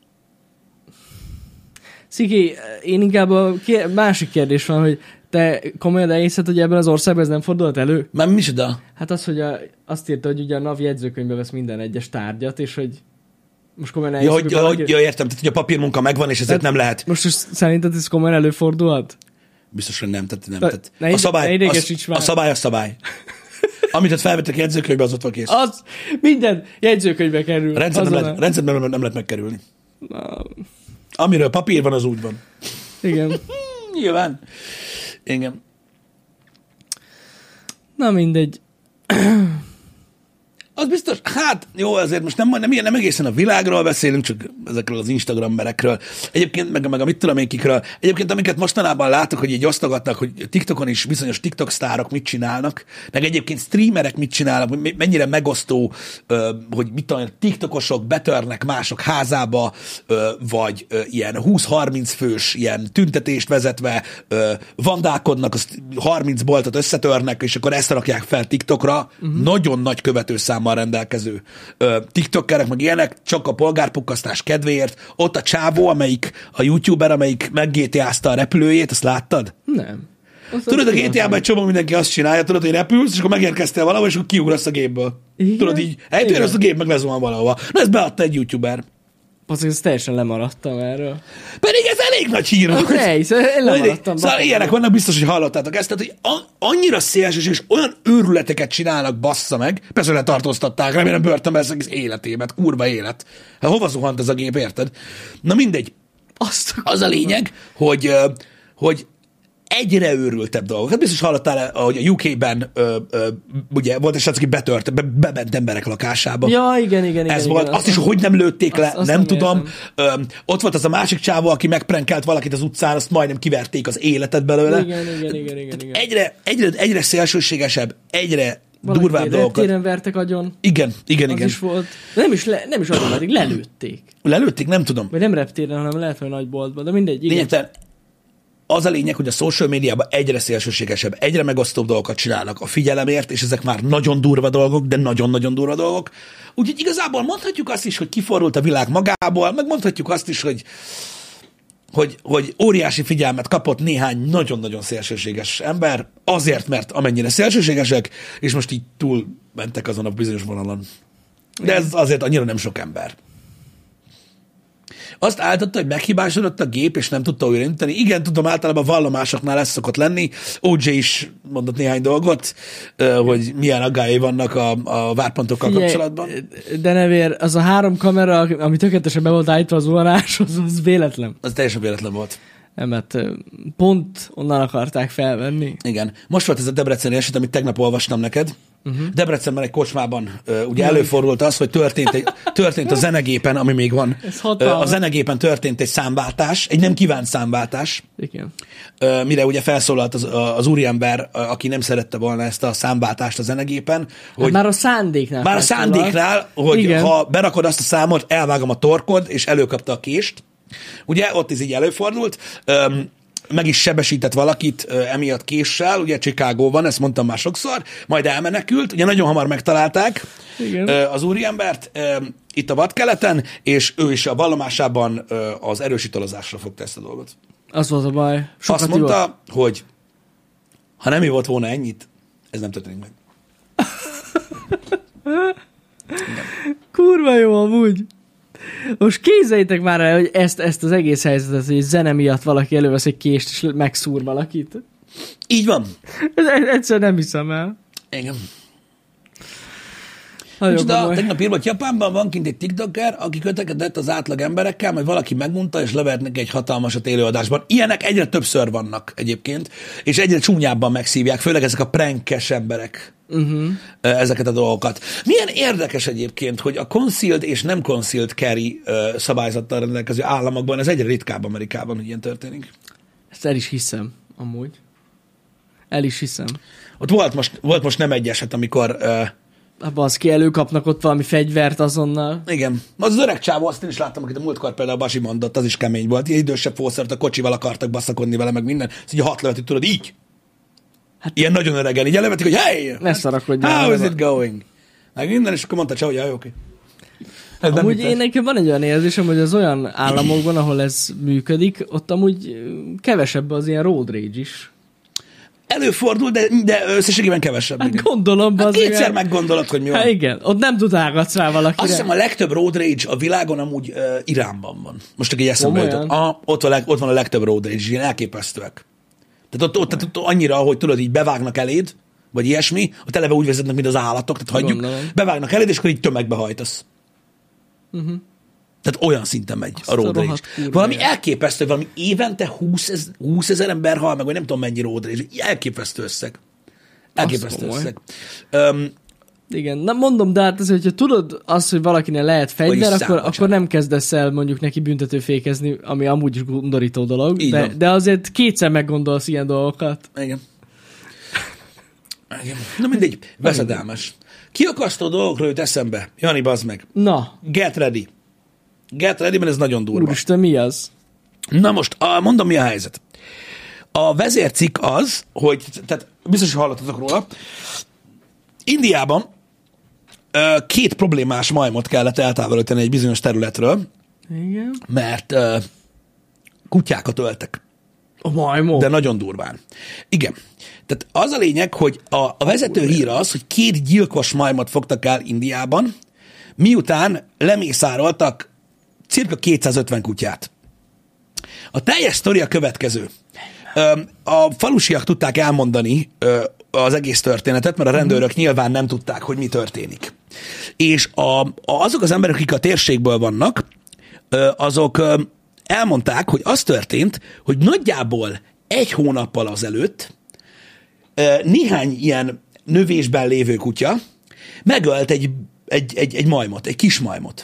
Sziki, én inkább másik kérdés van, hogy te komolyan elhiszed, hogy ebben az országban ez nem fordult elő? Már micsoda? Hát az, hogy azt írta, hogy ugye a NAV jegyzőkönyvbe vesz minden egyes tárgyat, és hogy most komolyan elhiszed, értem, tehát hogy a papírmunka megvan, és ezért nem lehet. Most szerinted ez komolyan előfordulhat? Biztos, hogy nem. Tehát a szabály a szabály. Amit ott felvettek jegyzőkönyvbe, az ott van kész. Az minden jegyzőkönyvbe kerül. Rendszerben nem lehet megkerülni. Amiről papír van, az úgy van. Igen. Nyilván. Igen. Na mindegy. Az biztos, hát jó, azért most nem egészen a világról beszélünk, csak ezekről az Instagrammerekről. Egyébként, meg a mit tudom én kikről. Egyébként, amiket mostanában látok, hogy így osztogatnak, hogy TikTokon is bizonyos TikTok sztárok mit csinálnak, meg egyébként streamerek mit csinálnak, mennyire megosztó, hogy mit tudom, TikTokosok betörnek mások házába, vagy ilyen 20-30 fős ilyen tüntetést vezetve vandálkodnak, 30 boltot összetörnek, és akkor ezt rakják fel TikTokra. Nagyon nagy követőszámmal rendelkező TikTokerek, meg ilyenek, csak a polgárpukkasztás kedvéért. Ott a csávó, a YouTuber, amelyik meggétiázta a repülőjét, azt láttad? Nem. Tudod, a GTA-ban egy csomó mindenki azt csinálja, tudod, hogy repülsz, és akkor megérkeztél valahol, és akkor kiugrasz a gépből. Igen? Tudod így, eltérsz a gép, meg lezuhan valahova. Na, ezt beadta egy YouTuber. Azt teljesen lemaradtam erről. Pedig ez elég nagy hír. Én lemaradtam. Szóval ilyenek vannak, biztos, hogy hallottátok ezt, tehát, hogy annyira szélsős, és olyan őrületeket csinálnak, bassza meg. Persze letartóztatták, remélem börtönbe lesz egész életében, kurva élet. Hát hova zuhant ez a gép, érted? Na mindegy. Az a lényeg, hogy egyre őrültebb dolgok. Hát biztos hallottál, hogy a UK-ben ugye volt egy srác, aki bement emberek lakásába. Ja, igen. Ez volt. Azt is, hogy nem lőtték le, nem tudom. Ott volt az a másik csávó, aki megprenkelt valakit az utcán, azt majdnem kiverték az életet belőle. Igen. Egyre szélsőségesebb, egyre durvább dolgokat. Reptéren vertek agyon. Igen. Az is volt. Nem is agyon, pedig lelőtték. Lelőtték? Nem tudom. Vagy nem reptéren, hanem lehet, hogy nagy boltban, de mindegy. Lényegtelen. Az a lényeg, hogy a social médiában egyre szélsőségesebb, egyre megosztóbb dolgokat csinálnak a figyelemért, és ezek már nagyon durva dolgok, de nagyon-nagyon durva dolgok. Úgyhogy igazából mondhatjuk azt is, hogy kiforult a világ magából, meg mondhatjuk azt is, hogy óriási figyelmet kapott néhány nagyon-nagyon szélsőséges ember, azért, mert amennyire szélsőségesek, és most így túl mentek azon a bizonyos vonalon. De ez azért annyira nem sok ember. Azt állította, hogy meghibásodott a gép, és nem tudta újraindítani. Igen, tudom, általában vallomásoknál ez szokott lenni. OJ is mondott néhány dolgot, hogy milyen aggályai vannak a várpontokkal kapcsolatban. De nevér, az a 3 kamera, ami tökéletesen be volt állítva az zuhanáshoz, az véletlen. Az teljesen véletlen volt. Mert pont onnan akarták felvenni. Igen. Most volt ez a debreceni eset, amit tegnap olvastam neked. Debrecenben egy kocsmában ugye előfordult az, hogy történt a zenegépen, ami még van. A zenegépen történt egy számváltás, egy nem kívánt számváltás. Igen. Mire ugye felszólalt az úriember, aki nem szerette volna ezt a számváltást a zenegépen. Hogy már a szándéknál. Hogy igen. Ha berakod azt a számot, elvágom a torkod, és előkapta a kést. Ugye, ott ez így előfordult. Meg is sebesített valakit emiatt késsel, ugye Chicagóban, ezt mondtam már sokszor, majd elmenekült, ugye nagyon hamar megtalálták. Igen. Az úriembert itt a vadkeleten, és ő is a vallomásában az erősítolozásra fogta ezt a dolgot. Az volt a baj. Azt mondta, hogy ha nem volt volna ennyit, ez nem történik meg. Kurva jó amúgy. Most képzeljétek már el, hogy ezt az egész helyzetet, hogy zene miatt valaki elővesz egy kést, és megszúr valakit. Így van. Ez egyszerűen nem hiszem el. Igen. komoly. Tegnap írva, Japánban van kint egy TikToker, aki kötekedett az átlag emberekkel, majd valaki megmondta, és levert neki egy hatalmasat élőadásban. Ilyenek egyre többször vannak egyébként, és egyre csúnyábban megszívják, főleg ezek a prankes emberek. Ezeket a dolgokat. Milyen érdekes egyébként, hogy a concealed és nem concealed carry szabályzattal rendelkező államokban ez egyre ritkább Amerikában, hogy ilyen történik. Ezt el is hiszem, amúgy. El is hiszem. Ott volt most nem egy eset, amikor... Baszki, előkapnak ott valami fegyvert azonnal. Igen. Az öreg csávó, azt én is láttam, akit a múltkor például Basi mondott, az is kemény volt. Ilyen idősebb fószert, a kocsival akartak baszakodni vele, meg minden. Ez így a 6 lövetik, tudod, így. Hát, ilyen nagyon öregen, így elevetik, hogy hey! Ne szarakodj már. How is it going? Meg minden, és akkor mondta csávó, hogy jaj, oké. Amúgy én nekem van egy olyan érzésem, hogy az olyan államokban, ahol ez működik, ott amúgy kevesebb az ilyen road rage is. Előfordul, de összességében kevesebb. Hát gondolom, hát kétszer meggondolod, hogy mi van. Hát igen, ott nem tudálgatsz rá valakire. Azt hiszem, a legtöbb road rage a világon amúgy Iránban van. Most csak egy eszembe jutott. Ott van a legtöbb road rage, ilyen elképesztőek. Tehát ott annyira, hogy tudod, így bevágnak eléd, vagy ilyesmi, ott eleve úgy vezetnek, mint az állatok, tehát hagyjuk, bevágnak eléd, és akkor így tömegbe hajtasz. Tehát olyan szinten megy a road rage. Valami elképesztő, valami évente 20 ezer ember hal meg, vagy nem tudom mennyi road rage. Elképesztő összeg. Elképesztő összeg. Igen, nem mondom, de hát az, hogyha tudod azt, hogy valakinél lehet fegyver, akkor nem kezdesz el mondjuk neki büntetőfékezni, ami amúgy is undorító dolog, de azért kétszer meggondolsz ilyen dolgokat. Igen. Na mindegy, veszedelmes. Kiakasztó dolgokról jut eszembe. Jani, bazd meg. Na. Get ready. Get ready, mert ez nagyon durva. Úristen, mi az? Na most, mondom, mi a helyzet. A vezércikk az, hogy, tehát biztos, hogy hallottatok róla, Indiában 2 problémás majmot kellett eltávolítani egy bizonyos területről, igen, mert kutyákat öltek. A majmok? De nagyon durván. Igen. Tehát az a lényeg, hogy a vezető hír az, hogy 2 gyilkos majmot fogtak el Indiában, miután lemészároltak cirka 250 kutyát. A teljes sztori a következő. A falusiak tudták elmondani az egész történetet, mert a rendőrök nyilván nem tudták, hogy mi történik. És azok az emberek, akik a térségből vannak, azok elmondták, hogy az történt, hogy nagyjából 1 hónappal azelőtt néhány ilyen növésben lévő kutya megölt egy majmot, egy kis majmot.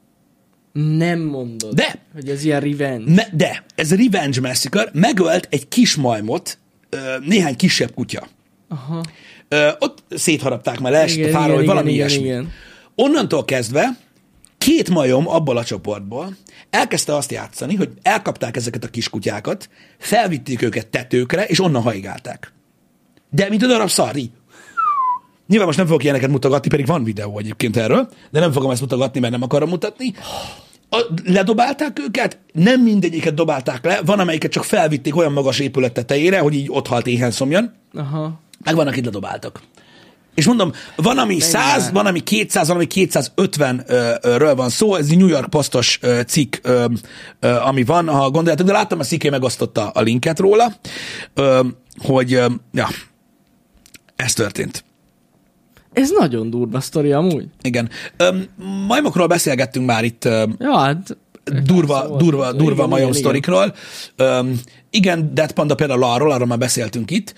Nem mondod. De. Hogy ez ilyen revenge. De. Ez a revenge massacre. Megölt egy kis majmot, néhány kisebb kutya. Aha. Ott szétharapták, már leesett a fáról, vagy valami ilyesmi. Igen. Onnantól kezdve 2 majom abból a csoportból elkezdte azt játszani, hogy elkapták ezeket a kis kutyákat, felvitték őket tetőkre, és onnan haigálták. De mint a darab szarri. Nyilván most nem fogok ilyeneket mutogatni, pedig van videó egyébként erről, de nem fogom ezt mutogatni, mert nem akarom mutatni. Ledobálták őket, nem mindegyiket dobálták le, van, amelyiket csak felvitték olyan magas épület tetejére, hogy így ott halt éhen szomjan. Aha. Meg van, akit ledobáltak. És mondom, van, ami 100, van, ami 200, van, ami 250-ről van szó, ez egy New York Postos cikk, ami van, ha gondoljátok, de láttam, a Sziké megosztotta a linket róla, hogy ja, ez történt. Ez nagyon durva sztori amúgy. Igen. Majmokról beszélgettünk már itt. Ja, hát durva majom sztorikról. Igen, Dead Panda például arról már beszéltünk itt.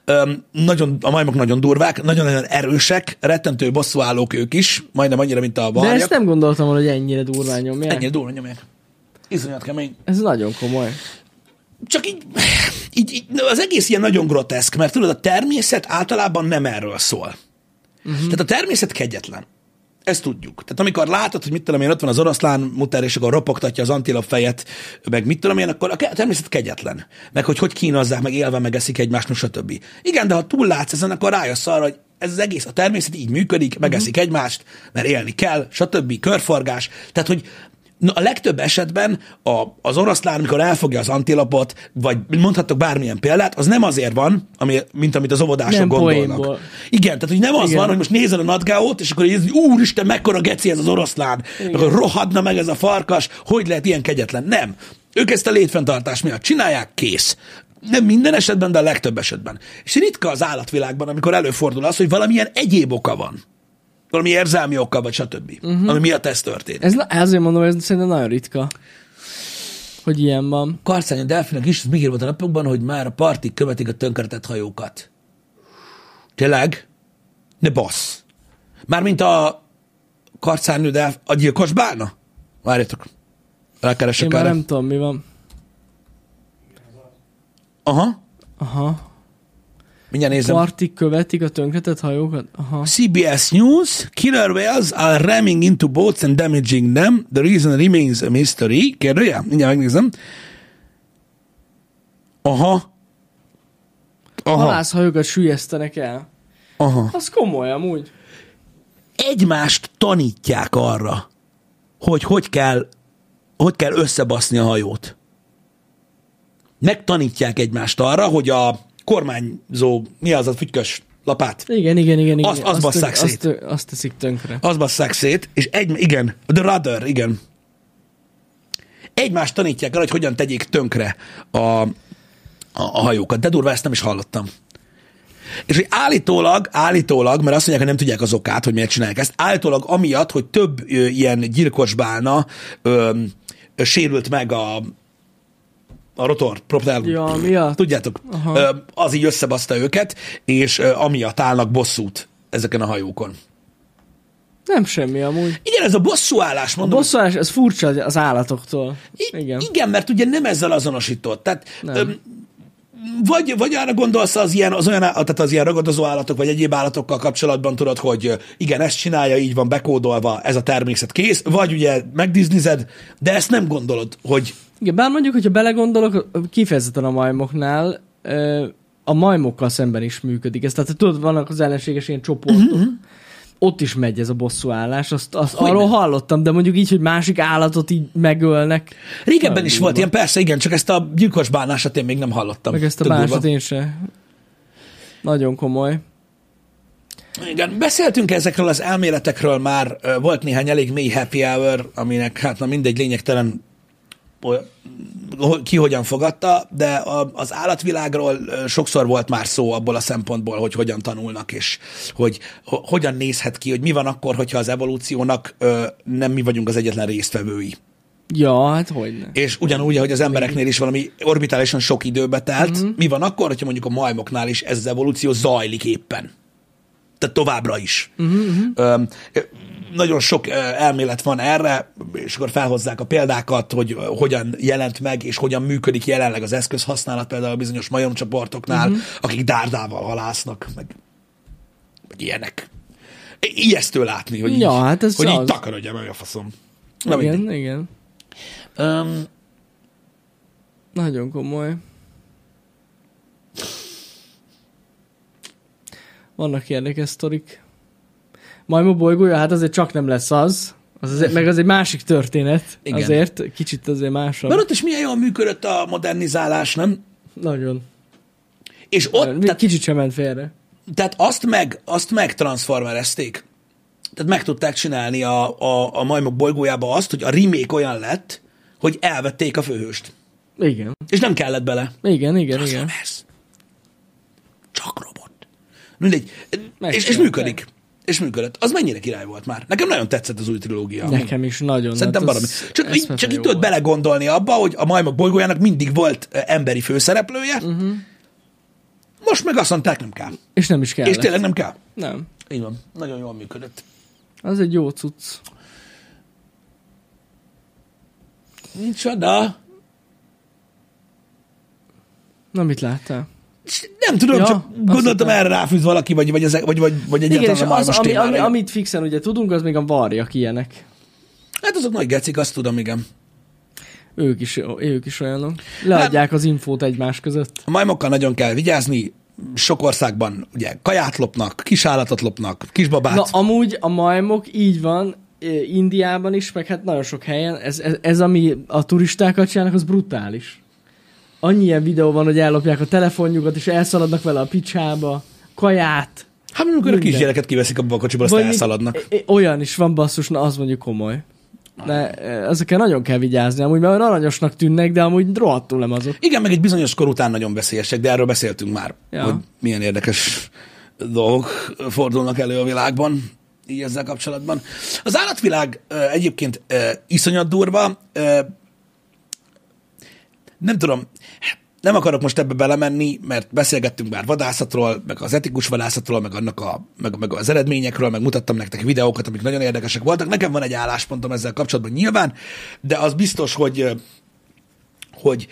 A majmok nagyon durvák, nagyon-nagyon erősek, rettentő bosszúállók ők is, majdnem annyira, mint a varjak. De ezt nem gondoltam volna, hogy ennyire durván nyomják. Ennyire durván nyomják. Iszonyat kemény. Ez nagyon komoly. Csak így az egész ilyen nagyon groteszk, mert tudod, a természet általában nem erről szól. Tehát a természet kegyetlen. Ezt tudjuk. Tehát amikor látod, hogy mit tudom én, ott van az oroszlán muter, és akkor ropogtatja az antilop fejet, meg mit tudom én, akkor a természet kegyetlen. Meg hogy kínozzák, meg élve megeszik egymást, stb. Igen, de ha túllátsz ezen, akkor rájössz arra, hogy ez az egész, a természet így működik, megeszik egymást, mert élni kell, stb. Körforgás. Tehát, hogy a legtöbb esetben az oroszlán, amikor elfogja az antilopot, vagy mondhattok bármilyen példát, az nem azért van, mint amit az óvodások nem gondolnak. Poénból. Igen, tehát hogy nem az van, hogy most nézel a Natgáót, és akkor nézd, hogy úristen, mekkora geci ez az oroszlán, akkor rohadna meg ez a farkas, hogy lehet ilyen kegyetlen. Nem. Ők ezt a létfenntartás miatt csinálják, kész. Nem minden esetben, de a legtöbb esetben. És ritka az állatvilágban, amikor előfordul az, hogy valamilyen egyéb oka van. Valami érzelmi okkal, vagy stb. Ami miatt ez történt. Ezért mondom, ez szerintem nagyon ritka, hogy ilyen van. Karcány a delfinek is, ez még volt a napokban, hogy már a partik követik a tönkretett hajókat. Tényleg? Ne bassz. Mármint a karcányű a gyilkos bálna? Várjatok. Rákeresek Én már erre. nem tudom, mi van. Aha. Mindjárt nézem. Partik követik a tönkretett hajókat? Aha. CBS News, killer whales are ramming into boats and damaging them. The reason remains a mystery. Kérdője? Mindjárt megnézem. Aha. Halászhajókat süllyesztenek el. Aha. Az komoly amúgy. Egymást tanítják arra, hogy kell összebaszni a hajót. Megtanítják egymást arra, hogy a kormányzó, mi az a fügykös lapát? Igen. Azt basszák szét. Azt teszik tönkre. Azt basszák szét, és igen, the rudder, igen. Egymást tanítják arra, hogy hogyan tegyék tönkre a hajókat. De durva, ezt nem is hallottam. És hogy állítólag, mert azt mondják, hogy nem tudják az okát, hogy miért csinálják ezt, állítólag amiatt, hogy több ilyen gyilkos bálna sérült meg a rotor, propellum. Ja, miatt? Tudjátok, az így összebaszta őket, és amiatt állnak bosszút ezeken a hajókon. Nem semmi amúgy. Igen, ez a bosszúállás, mondom. A bosszúállás, ez furcsa az állatoktól. Igen, mert ugye nem ezzel azonosított. Tehát vagy arra gondolsz az ilyen ragadozó állatok, vagy egyéb állatokkal kapcsolatban tudod, hogy igen, ezt csinálja, így van bekódolva, ez a természet kész, vagy ugye megdiznized, de ezt nem gondolod, hogy... Igen, bár mondjuk, hogyha belegondolok, kifejezetten a majmoknál, a majmokkal szemben is működik ez. Tehát tudod, vannak az ellenséges ilyen csoportok, ott is megy ez a bosszúállás, azt arról hallottam, de mondjuk így, hogy másik állatot így megölnek. Régebben is volt ilyen, persze, igen, csak ezt a gyilkos bánásat én még nem hallottam. Meg ezt a bánásat én se. Nagyon komoly. Igen, beszéltünk ezekről az elméletekről már, volt néhány elég mély happy hour, aminek hát na mindegy, lényegtelen ki hogyan fogadta, de az állatvilágról sokszor volt már szó abból a szempontból, hogy hogyan tanulnak, és hogy hogyan nézhet ki, hogy mi van akkor, hogyha az evolúciónak nem mi vagyunk az egyetlen résztvevői. Ja, hát hogyne. És ugyanúgy, ahogy az embereknél is valami orbitálisan sok időbe telt, mi van akkor, hogyha mondjuk a majmoknál is ez az evolúció zajlik éppen? Tehát továbbra is. Nagyon sok elmélet van erre, és akkor felhozzák a példákat, hogy hogyan jelent meg, és hogyan működik jelenleg az eszközhasználat, például a bizonyos majomcsoportoknál, akik dárdával halásznak, meg ilyenek. Ijesztő látni, hogy, ja, hát ez hogy így takarodjam, hogy a faszom. Na, igen. Nagyon komoly. Vannak érdekes sztorik. Majmok bolygója, hát azért csak nem lesz az azért, meg az egy másik történet. Igen. Azért kicsit azért másabb. Mert ott is milyen jól működött a modernizálás, nem? Nagyon. És ott... Kicsit sem ment félre. Tehát azt megtranszformerezték. Tehát meg tudták csinálni a majmok bolygójába azt, hogy a remake olyan lett, hogy elvették a főhőst. Igen. És nem kellett bele. Igen. Csak robot. Mindegy. És működik. És működött. Az mennyire király volt már. Nekem nagyon tetszett az új trilógia. Nekem is nagyon. Szerintem baromi. Csak itt tudod belegondolni abba, hogy a majmok bolygójának mindig volt emberi főszereplője. Most meg azt mondták, nem kell. És nem is kell. És tényleg nem kell. Nem. Így van. Nagyon jól működött. Az egy jó cucc. Micsoda? Na, mit láttál? Nem tudom, csak gondoltam erre ráfűz valaki, vagy egyáltalán igen, a majmos témára. Amit fixen ugye tudunk, az még a varjak ilyenek. Hát azok nagy gecik, azt tudom, igen. Ők is olyanok. Leadják az infót egymás között. A majmokkal nagyon kell vigyázni. Sok országban ugye kaját lopnak, kisállatot lopnak, kisbabát. Na, amúgy a majmok így van, Indiában is, meg hát nagyon sok helyen. Ez ami a turistákat csinálnak, az brutális. Annyi ilyen videó van, hogy ellopják a telefonjukat, és elszaladnak vele a picsába, kaját. Hát amikor a kisgyereket kiveszik abba a kocsiból, azt elszaladnak. Olyan is van, basszus, na az mondjuk komoly. De ezekkel nagyon kell vigyázni, amúgy mert aranyosnak tűnnek, de amúgy rohadtul nem azok. Igen, meg egy bizonyos kor után nagyon veszélyesek, de erről beszéltünk már, hogy milyen érdekes dolgok fordulnak elő a világban. így ezzel kapcsolatban. Az állatvilág egyébként iszonyat durva. Nem tudom, nem akarok most ebbe belemenni, mert beszélgettünk már vadászatról, meg az etikus vadászatról, meg az eredményekről, meg mutattam nektek videókat, amik nagyon érdekesek voltak. Nekem van egy álláspontom ezzel kapcsolatban nyilván, de az biztos, hogy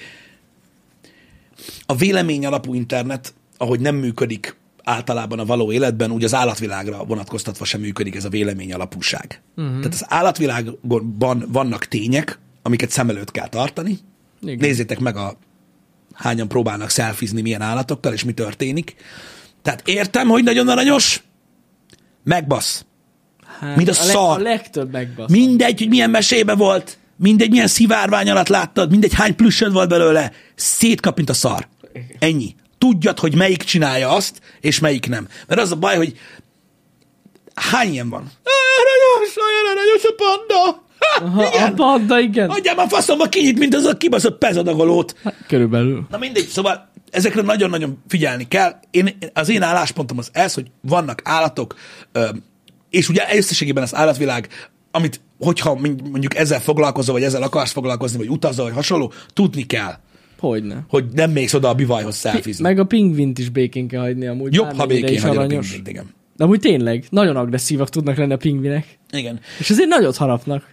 a vélemény alapú internet, ahogy nem működik általában a való életben, úgy az állatvilágra vonatkoztatva sem működik ez a vélemény alapúság. Tehát az állatvilágban vannak tények, amiket szem előtt kell tartani. Igen. Nézzétek meg hányan próbálnak szelfizni milyen állatokkal, és mi történik. Tehát értem, hogy nagyon aranyos, megbasz. Hát, mint a szar. A legtöbb megbasz. Mindegy, hogy milyen mesébe volt, mindegy, milyen szivárvány alatt láttad, mindegy, hány plüssöd volt belőle, szétkap, mint a szar. Ennyi. Tudjad, hogy melyik csinálja azt, és melyik nem. Mert az a baj, hogy hány ilyen van? Olyan aranyos a panda! Aha, igen. A panda, igen. Adjál már faszomba kinyit, mint az a kibaszott pezadagolót. Hát, körülbelül. Na mindegy, szóval ezekre nagyon-nagyon figyelni kell. Az én álláspontom az ez, hogy vannak állatok, és ugye összességében az állatvilág, amit, hogyha mondjuk ezzel foglalkozol, vagy ezzel akarsz foglalkozni, vagy utazol, vagy hasonló, tudni kell. Hogyne. Hogy nem mész oda a bivajhoz szelfizni. Meg a pingvint is békén kell hagyni amúgy. Jobb, ha békén hagyod a pingvint, igen. De amúgy tényleg, nagyon agresszívak tudnak lenni a pingvinek. Igen. És azért nagyot harapnak.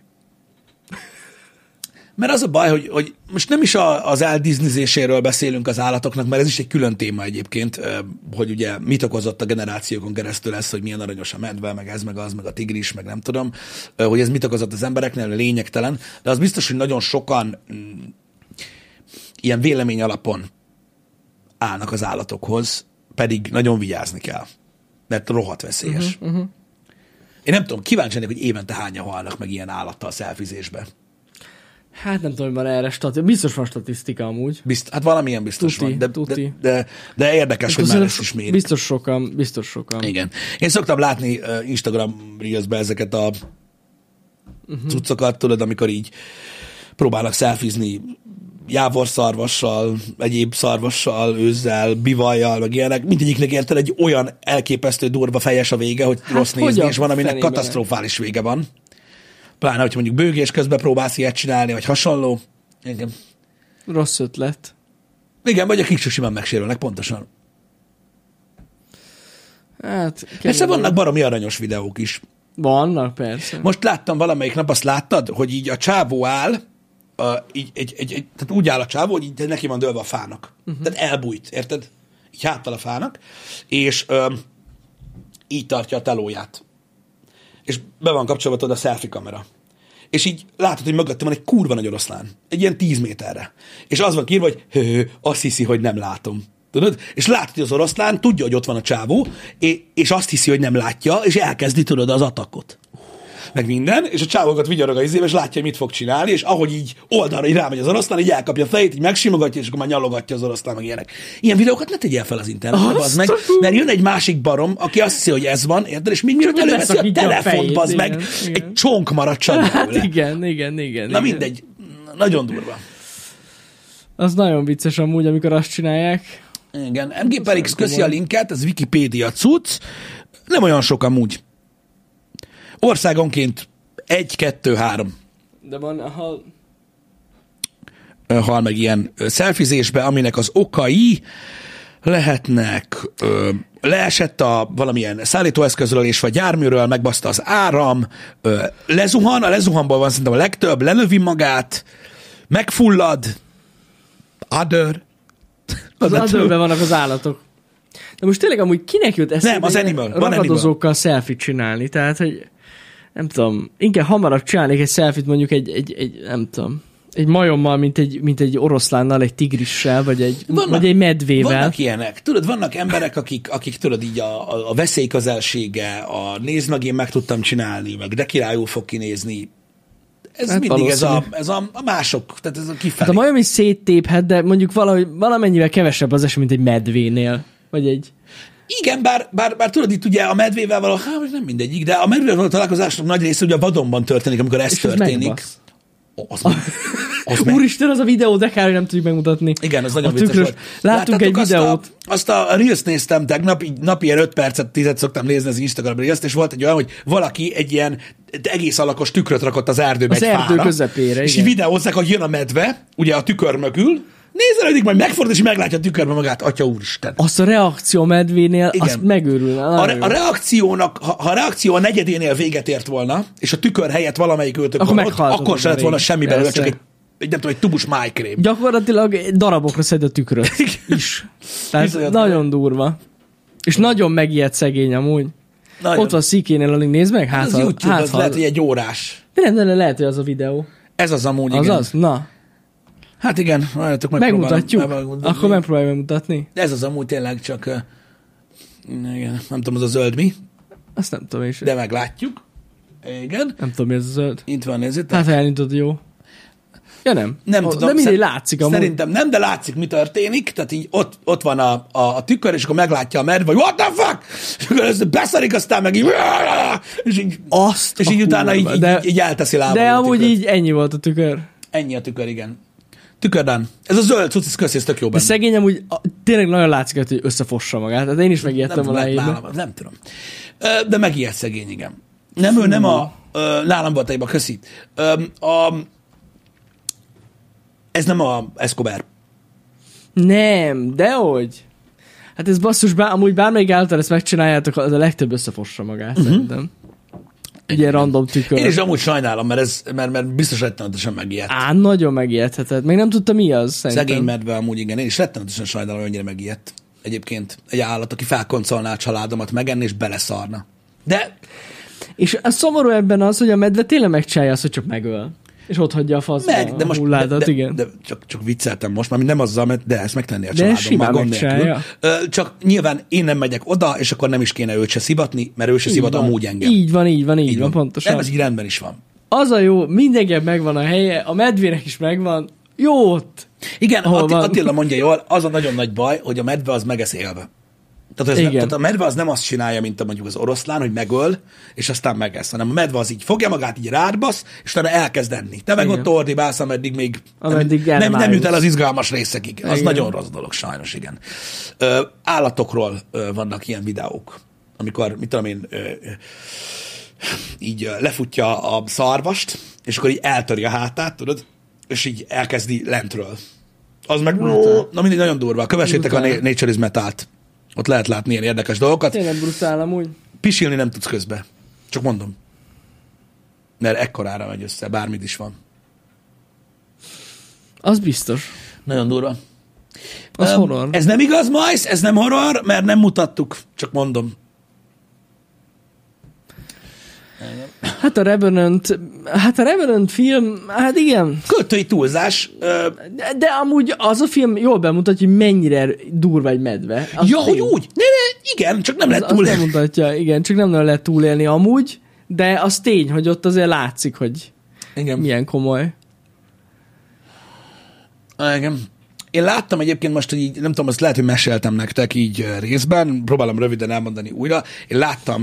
Mert az a baj, hogy most nem is az eldiznizéséről beszélünk az állatoknak, mert ez is egy külön téma egyébként, hogy ugye mit okozott a generációkon keresztül ez, hogy milyen aranyos a medve, meg ez, meg az, meg a tigris, meg nem tudom, hogy ez mit okozott az embereknél, lényegtelen, de az biztos, hogy nagyon sokan ilyen vélemény alapon állnak az állatokhoz, pedig nagyon vigyázni kell, mert rohadt veszélyes. Én nem tudom, kíváncsi lennék, hogy évente hányan halnak meg ilyen állattal szelfizésbe. Hát nem tudom, hogy van erre biztos van statisztika amúgy. Hát valamilyen biztos tuti, van, de érdekes, hogy már ezt is mérik. Biztos sokan. Igen. Én szoktam látni Instagram Reelsbe ezeket a cuccokat, tudod, amikor így próbálnak szelfizni jávorszarvassal, egyéb szarvassal, őzzel, bivajjal, meg ilyenek. Mindegyiknek érted egy olyan elképesztő durva fejes a vége, hogy rossz nézni, és van, aminek katasztrofális vége van. Pláne, hogy mondjuk bőgés közben próbálsz ilyet csinálni, vagy hasonló. Igen. Rossz ötlet. Igen, vagy a kikső simán megsérülnek, pontosan. Hát, persze vannak baromi aranyos videók is. Vannak, persze. Most láttam valamelyik nap, azt láttad, hogy így a csávó áll, tehát úgy áll a csávó, hogy így neki van dőlve a fának. Tehát elbújt, érted? Így háttal a fának, és így tartja a telóját. És be van kapcsolva a selfie kamera. És így látod, hogy mögöttem van egy kurva nagy oroszlán. Egy ilyen 10 méterre. És az van kírva, hogy azt hiszi, hogy nem látom. Tudod? És látod, hogy az oroszlán tudja, hogy ott van a csávó, és azt hiszi, hogy nem látja, és elkezdi, tudod, az atakot. Meg minden, és a csávókat vigyorog a izébe, és látja, hogy mit fog csinálni, és ahogy így oldalra így rámegy az oroszlán, így elkapja a fejét, így megsimogatja, és akkor már nyalogatja az oroszlán, meg ilyenek. Ilyen videókat ne tegyél fel az internetre, bazd meg, mert jön egy másik barom, aki azt hiszi, hogy ez van, érted, és mindjárt előveszi a telefont, bazd meg, egy csonk maradt csak belőle. Igen. Na mindegy, nagyon durva. Az nagyon vicces amúgy, amikor azt csinálják. Igen, MG Perix köszi a linket, ez Wikipédia cucc, nem olyan sok amúgy. Országonként 1, 2, 3. De van, hal meg ilyen szelfizésbe, aminek az okai lehetnek, leesett a valamilyen szállítóeszközről és vagy járműről, megbaszta az áram, lezuhan, a lezuhanból van szerintem a legtöbb, lelövi magát, megfullad, other. Az otherben vannak az állatok. De most tényleg amúgy kinek jut eszébe nem, az animal, ragadozókkal selfie csinálni? Tehát, hogy nem tudom, inkább hamarabb csinálnék egy selfit mondjuk egy nem tudom, egy majommal, mint egy oroszlánnal, egy tigrissel, vagy egy medvével. Vannak ilyenek. Tudod, vannak emberek, akik tudod így a veszélyközelsége, a nézd meg, én meg tudtam csinálni, meg de királyul fog kinézni. Ez hát mindig ez a mások, tehát ez a kifelé. Hát a majom is széttéphet, de mondjuk valamennyivel kevesebb az esély, mint egy medvénél. Vagy egy... Igen, bár tudod, itt ugye a medvével nem mindegyik, de a medvével való találkozásnak nagy része ugye a vadonban történik, amikor ez történik. Az Úristen, az a videó, de kár, hogy nem tudjuk megmutatni. Igen, az nagyon A vicces tükrös. volt. Láttunk egy Láttátok videót. Azt a Reels néztem tegnap, így napi ilyen 5 percet, 10 szoktam nézni az Instagram Reels-t, és volt egy olyan, hogy valaki egy ilyen egész alakos tükröt rakott az erdőbe Az egy erdő fára, közepére, és igen. így videózzák, hogy jön a medve, ugye a tükör mögül, nézelődik, majd megfordul, és meglátja a tükörbe magát, atya úristen. Azt a reakció medvénél, Igen. azt megőrülne. A reakciónak, ha a reakció a negyedénél véget ért volna, és a tükör helyett valamelyik őtök Akkor van ott, meghaltott akkor se lett már volna rég. semmi belőle, Persze. csak egy nem tudom, egy tubus májkrém. Gyakorlatilag darabokra szed a tükröt is. Tehát Viszonyat nagyon durva. És nagyon megijedt szegény amúgy. Nagyon. Ott van Szikénél, alig nézd meg. Hát, Az YouTube, az lehet, hogy egy órás. De nem, lehet, hogy az a videó. Ez az amúgy, Az igen. az? Na, Hát igen, várjatok, megmutatjuk. megmutatni. Akkor megpróbáljuk megmutatni. Ez az amúgy tényleg csak, igen, nem tudom, az a zöld mi, Azt nem tudom is. de meglátjuk. Igen, Nem tudom, mi ez a zöld. itt van, nézzétek. Hát, ha elindítod, jó. Ja, nem. Nem tudom. De mindegy, látszik amúgy. Szerintem nem, de látszik, mi történik. Tehát így ott van a tükör, és akkor meglátja a medve, hogy what the fuck? És akkor ez beszarik, aztán meg így, és így utána így elteszi lábam. De amúgy így ennyi volt a tükör. Ennyi a tükör, igen. Tükördán. Ez a zöld cucc, ez köszi, ez tök jó De benne. szegény amúgy tényleg nagyon látszik, hogy összefossa magát. Hát én is megijedtem a lejében. Nem tudom. De megijedt szegény, igen. Nem ő, nem a nálam volt egyben, köszi. Ez nem a Escobar. Nem, dehogy. Hát ez basszus, amúgy bármelyik által ezt megcsináljátok, az a legtöbb összefossa magát, szerintem. Egy ilyen random tükör. Én is amúgy sajnálom, mert biztos rettenetesen megijedt. Nagyon megijedhetett. Még nem tudta, mi az, szerintem. Szegény medve amúgy, igen. Én is rettenetesen sajnálom, hogy annyira megijedt. Egyébként egy állat, aki felkoncolná a családomat megenni, és beleszarna. De És a szomorú ebben az, hogy a medve tényleg megcsinálja azt, hogy csak megöl. És ott hagyja a faszba de a most hulládat, igen. De csak vicceltem most, mert nem azzal, de ezt megtenni a De családom. simán már gond megcsinálja. nélkül. Csak nyilván én nem megyek oda, és akkor nem is kéne őt se szivatni, mert ő se szivat van. amúgy engem. Így van, pontosan. Nem, ez így rendben is van. Az a jó, mindenkinek megvan a helye, a medvének is megvan, jó ott. Igen, Hol van? Attila mondja jól, az a nagyon nagy baj, hogy a medve az megesz élve. Tehát a medve az nem azt csinálja, mint mondjuk az oroszlán, hogy megöl, és aztán megesz, hanem a medve az így fogja magát, így rádbasz, és utána elkezd enni. Te meg ott ordibálsz, ameddig még nem jut el az izgalmas részekig. Az nagyon rossz dolog, sajnos, igen. Állatokról vannak ilyen videók, amikor, mit tudom én, így lefutja a szarvast, és akkor így eltöri a hátát, tudod, és így elkezdi lentről. Az meg, na mindig nagyon durva. Kövessétek a Nature is Metal-t. Ott lehet látni ilyen érdekes dolgokat. Tényleg brutál amúgy. Pisilni nem tudsz közbe. Csak mondom. Mert ekkorára megy össze, bármit is van. Az biztos. Nagyon durva. Az horror. Ez nem igaz, Majsz, ez nem horror, mert nem mutattuk. Csak mondom. Hát a Revenant film, hát igen. Költői túlzás. De amúgy az a film jól bemutatja, hogy mennyire durva egy medve. Az Ja, hogy úgy? Ne, igen, csak nem lehet azt túlélni. nem mutatja, igen, csak nem lehet túlélni amúgy, de az tény, hogy ott azért látszik, hogy Igen. milyen komoly. Igen. Én láttam egyébként most, hogy így, nem tudom, azt lehet, hogy meséltem nektek így részben, próbálom röviden elmondani újra. Én láttam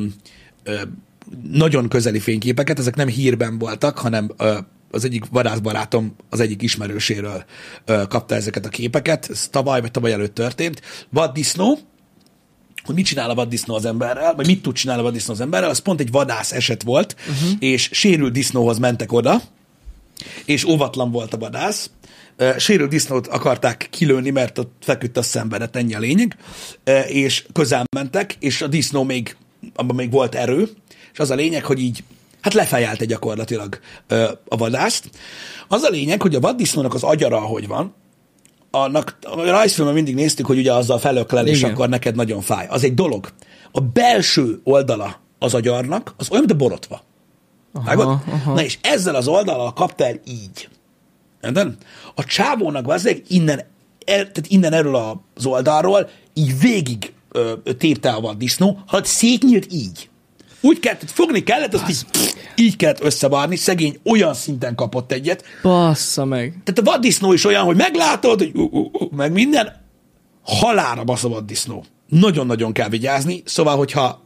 nagyon közeli fényképeket, ezek nem hírben voltak, hanem az egyik vadászbarátom az egyik ismerőséről kapta ezeket a képeket. Ez tavaly vagy tavaly előtt történt. Vaddisznó, hogy mit csinál a vaddisznó az emberrel, vagy mit tud csinálni a vaddisznó az emberrel, az pont egy vadász eset volt, és sérült disznóhoz mentek oda, és óvatlan volt a vadász. Sérült disznót akarták kilőni, mert ott feküdt, a szenvedett, ennyi a lényeg, és közel mentek, és a disznó abban még volt erő, és az a lényeg, hogy így, hát lefejelte gyakorlatilag a vadászt. Az a lényeg, hogy a vaddisznónak az agyara, ahogy van, annak a rajzfilmen mindig néztük, hogy ugye azzal felöklel, és akkor neked nagyon fáj. Az egy dolog. A belső oldala az agyarnak, az olyan, mint a borotva. Na és ezzel az oldalal kapta el így. Érted? A csávónak valószínűleg innen erről az oldalról így végig tépte a vaddisznó, hát szétnyílt így. Úgy kellett, fogni kellett, azt így kellett összevarni, szegény olyan szinten kapott egyet. Bassza meg. Tehát a vaddisznó is olyan, hogy meglátod, hogy meg minden, halálra basz a vaddisznó. Nagyon-nagyon kell vigyázni, szóval, hogyha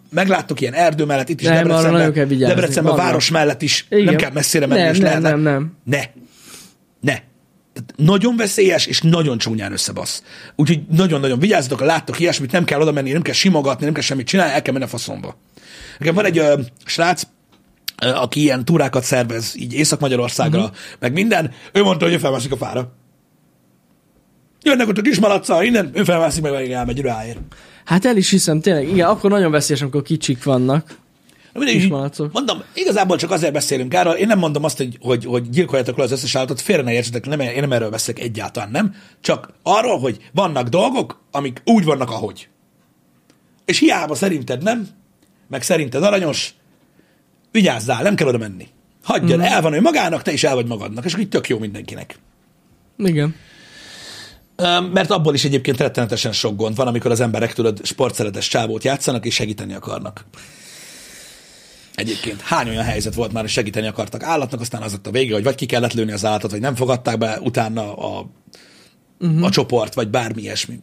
megláttok ilyen erdő mellett, itt is Nem, arra nagyon kell vigyázni. Debrecenben Vannak. város mellett is, Igen. nem kell messzire menni, és Nem. Ne. Tehát nagyon veszélyes, és nagyon csúnyán összebasz. Úgyhogy nagyon-nagyon vigyázzatok, ha láttok ilyesmit, nem kell oda menni, nem kell simogatni, nem kell semmit csinálni, el kell menni a faszomba. Nekem van egy srác, aki ilyen túrákat szervez, így Észak-Magyarországra, meg minden, ő mondta, hogy ő felmászik a fára. Jönnek ott a kis malaccal, innen, ő felmászik, meg elmegy ráér. Hát el is hiszem, tényleg, igen, akkor nagyon veszélyes, amikor kicsik vannak. Kismalacok. Mondom, igazából csak azért beszélünk erről, én nem mondom azt, hogy gyilkoljátok le az összes állatot, félre ne értsetek, én nem erről beszélek egyáltalán, nem. Csak arról, hogy vannak dolgok, amik úgy vannak, ahogy. És hiába szerinted nem, meg szerinted aranyos, vigyázzál, nem kell oda menni. Hagyjad, el van ő magának, te is el vagy magadnak, és akkor így tök jó mindenkinek. Igen. Mert abból is egyébként rettenetesen sok gond van, amikor az emberek, tudod, sportszeretes csávót játszanak, és segíteni akarnak. Egyébként hány olyan helyzet volt már, hogy segíteni akartak állatnak, aztán az lett a vége, hogy vagy ki kellett lőni az állatot, vagy nem fogadták be utána a csoport, vagy bármi ilyesmi.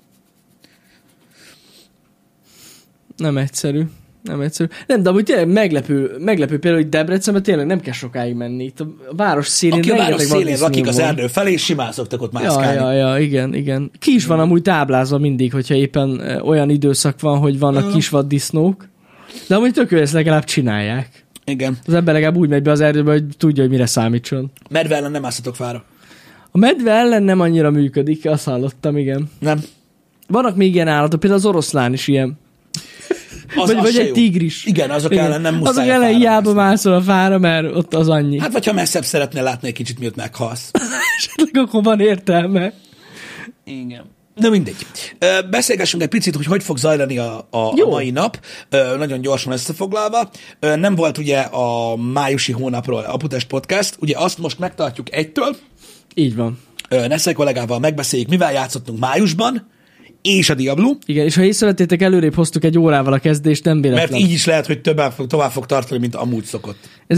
Nem egyszerű. Nem, de amúgy tényleg meglepő például, hogy Debrecenben tényleg nem kell sokáig menni. Itt a város szélén Aki a város rengeteg szélén lakik az van. erdő felé, és simán szoktak ott mászkálni. Ja, igen. Ki is van amúgy táblázva mindig, hogyha éppen olyan időszak van, hogy vannak kis vaddisznók. De amúgy tök jó, ezt legalább csinálják. Igen. Az ember legalább úgy megy be az erdőbe, hogy tudja, hogy mire számítson. Medve ellen nem ászatok fára. A medve ellen nem annyira működik, azt hallottam, igen. Nem. Vannak még ilyen állatok, például az oroszlán is ilyen. Vagy egy tigris. Igen, azok ellen nem muszáj azok a ellen fára hiába mászni. mászol a fára, mert ott az annyi. Hát, vagy ha messzebb szeretnél látni egy kicsit, miatt meghalsz. Esetleg akkor van értelme. Igen. De mindegy. Beszélgessünk egy picit, hogy fog zajlani a mai nap. Nagyon gyorsan összefoglalva. Nem volt ugye a májusi hónapról Aputest Podcast. Ugye azt most megtartjuk 1-től. Így van. Nesze kollégával megbeszéljük, mivel játszottunk májusban, és a Diablo. Igen, és ha észrevettétek, előrébb hoztuk egy órával a kezdést, nem véletlen. Mert így is lehet, hogy tovább fog tartani, mint amúgy szokott.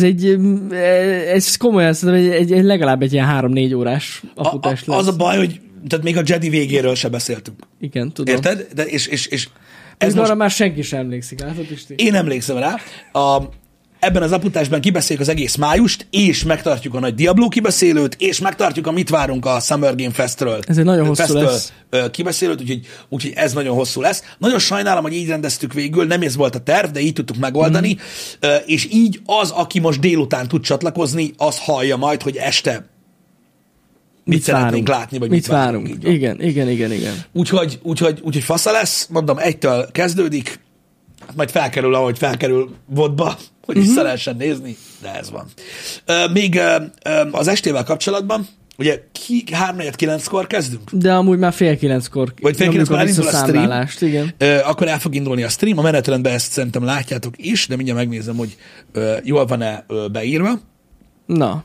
Ez komolyan szerintem egy legalább egy ilyen 3-4 órás aputás lesz. Az a baj, hogy tehát még a Jedi végéről se beszéltünk. Igen, tudom. Érted? De és ez most... arra már senki sem emlékszik, látod is? Én emlékszem rá. Ebben az aputásban kibeszéljük az egész májust, és megtartjuk a nagy Diablo kibeszélőt, és megtartjuk a Mit várunk a Summer Game Festről. Ez egy nagyon hosszú lesz. Kibeszélőt, úgyhogy ez nagyon hosszú lesz. Nagyon sajnálom, hogy így rendeztük végül, nem ez volt a terv, de így tudtuk megoldani, és így az, aki most délután tud csatlakozni, az hallja majd, hogy este mit szeretnénk látni, vagy mit várunk. Igen. Úgyhogy fasza lesz, mondom, 1-től kezdődik, majd felkerül, ahogy felkerül vodba, hogy vissza lehessen nézni, de ez van. Még az estével kapcsolatban, ugye 3-4-9-kor kezdünk? De amúgy már 8:30-kor. Vagy 8:30-kor elindul a stream. Igen. Akkor el fog indulni a stream, a menetrendben ezt szerintem látjátok is, de mindjárt megnézem, hogy jól van-e beírva. Na.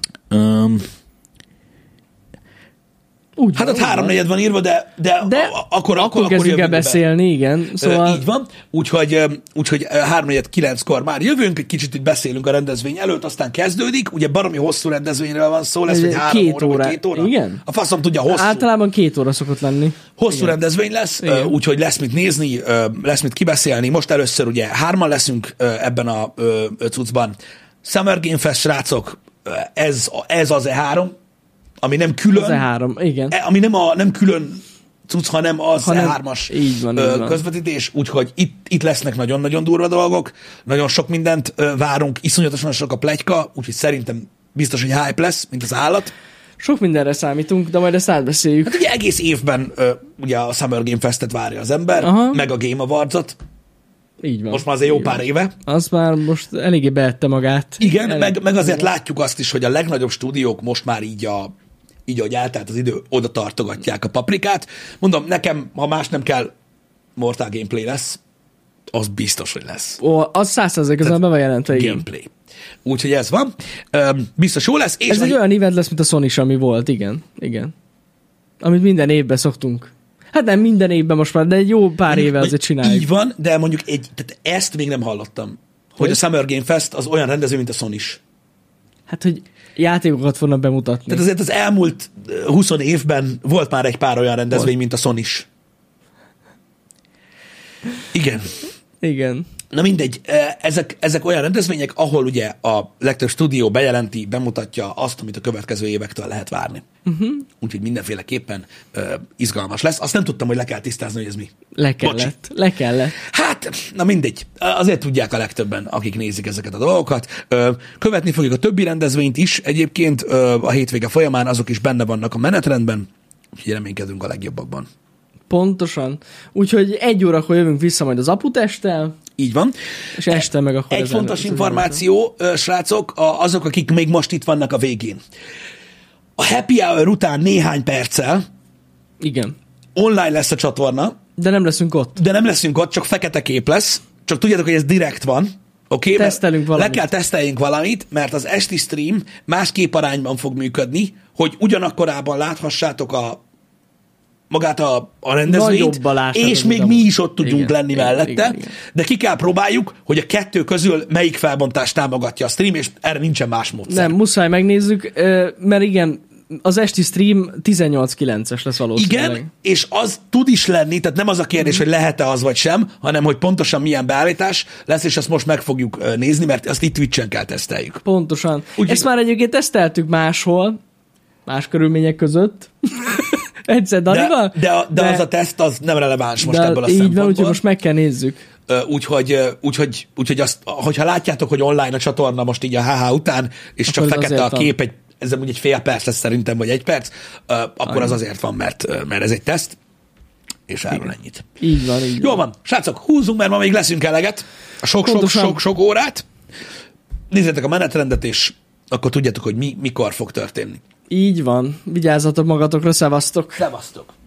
Úgy hát ott 3-4 van írva, de akkor kezdjük el beszélni, igen. Szóval... Így van, úgyhogy 3-4-9-kor már jövünk, egy kicsit itt beszélünk a rendezvény előtt, aztán kezdődik, ugye baromi hosszú rendezvényről van szó, lesz, hogy 3 óra, vagy 2 óra. Igen? A faszom tudja, hosszú. Általában 2 óra szokott lenni. Hosszú igen. Rendezvény lesz, úgyhogy lesz mit nézni, lesz mit kibeszélni. Most először ugye 3-an leszünk ebben a cuccban. Summer Game Fest, srácok, ez az E3, ami nem külön, az E3, igen. Ami nem külön cucc, hanem az E3-as közvetítés, úgyhogy itt lesznek nagyon-nagyon durva dolgok, nagyon sok mindent várunk, iszonyatosan sok a pletyka, úgyhogy szerintem biztos, hogy hype lesz, mint az állat. Sok mindenre számítunk, de majd ezt átbeszéljük. Hát ugye egész évben ugye a Summer Game Festet várja az ember, meg a Game Awards-ot. Így van. Most már azért jó pár éve. Az már most eléggé beette magát. Igen, meg azért látjuk azt is, hogy a legnagyobb stúdiók most már így, ahogy eltelt az idő, oda tartogatják a paprikát. Mondom, nekem, ha más nem kell, Mortal Gameplay lesz, az biztos, hogy lesz. Az 100%-ban be van jelentve, igen. Gameplay. Úgyhogy ez van. Biztos jó lesz. És ez egy olyan event lesz, mint a Sony-s, ami volt, igen. Amit minden évben szoktunk. Hát nem minden évben most már, de egy jó pár éve azért csináljuk. Így van, de mondjuk tehát ezt még nem hallottam, hogy a Summer Game Fest az olyan rendező, mint a Sony-s. Hát, hogy játékokat fognak bemutatni. Tehát azért az elmúlt 20 évben volt már egy pár olyan rendezvény, mint a Sony-s. Igen. Igen. Na mindegy, ezek olyan rendezvények, ahol ugye a legtöbb stúdió bejelenti, bemutatja azt, amit a következő évektől lehet várni. Úgyhogy mindenféleképpen izgalmas lesz. Azt nem tudtam, hogy le kell tisztázni, hogy ez mi. Le kellett. Hát, na mindegy. Azért tudják a legtöbben, akik nézik ezeket a dolgokat. Követni fogjuk a többi rendezvényt is. Egyébként a hétvége folyamán azok is benne vannak a menetrendben. Úgyhogy reménykedünk a legjobbakban. Pontosan. Úgyhogy 1 órakor jövünk vissza majd az aputesttel. Így van. És este meg akkor... Egy fontos információ, srácok, azok, akik még most itt vannak a végén. A happy hour után néhány perccel igen. Online lesz a csatorna. De nem leszünk ott. Csak fekete kép lesz. Csak tudjátok, hogy ez direkt van. Oké? Tesztelünk valamit. Le kell teszteljünk valamit, mert az esti stream más képarányban fog működni, hogy ugyanakkorában láthassátok magát a rendezvényt, és még mi is ott tudjunk lenni mellette, igen. De ki kell próbáljuk, hogy a kettő közül melyik felbontást támogatja a stream, és erre nincsen más módszer. Nem, muszáj megnézzük, mert igen, az esti stream 18-9-es lesz valószínűleg. Igen, és az tud is lenni, tehát nem az a kérdés, hogy lehet-e az vagy sem, hanem hogy pontosan milyen beállítás lesz, és azt most meg fogjuk nézni, mert azt itt Twitch-en kell teszteljük. Pontosan. Ezt már egyébként teszteltük máshol, más körülmények között. Egyszer Danival. De az a teszt az nem releváns most ebből a így szempontból. Van, úgyhogy most meg kell nézzük. Úgyhogy azt, hogyha látjátok, hogy online a csatorna most így a HH után, és akkor csak fekete a kép, ez úgy egy fél perc lesz szerintem, vagy 1 perc, akkor az azért van, mert ez egy teszt, és erről ennyit. Így van. Jó van, srácok, húzzunk, mert ma még leszünk eleget, a sok órát. Nézzétek a menetrendet, és akkor tudjátok, hogy mikor fog történni. Így van. Vigyázzatok magatokra, szevasztok! Szevasztok!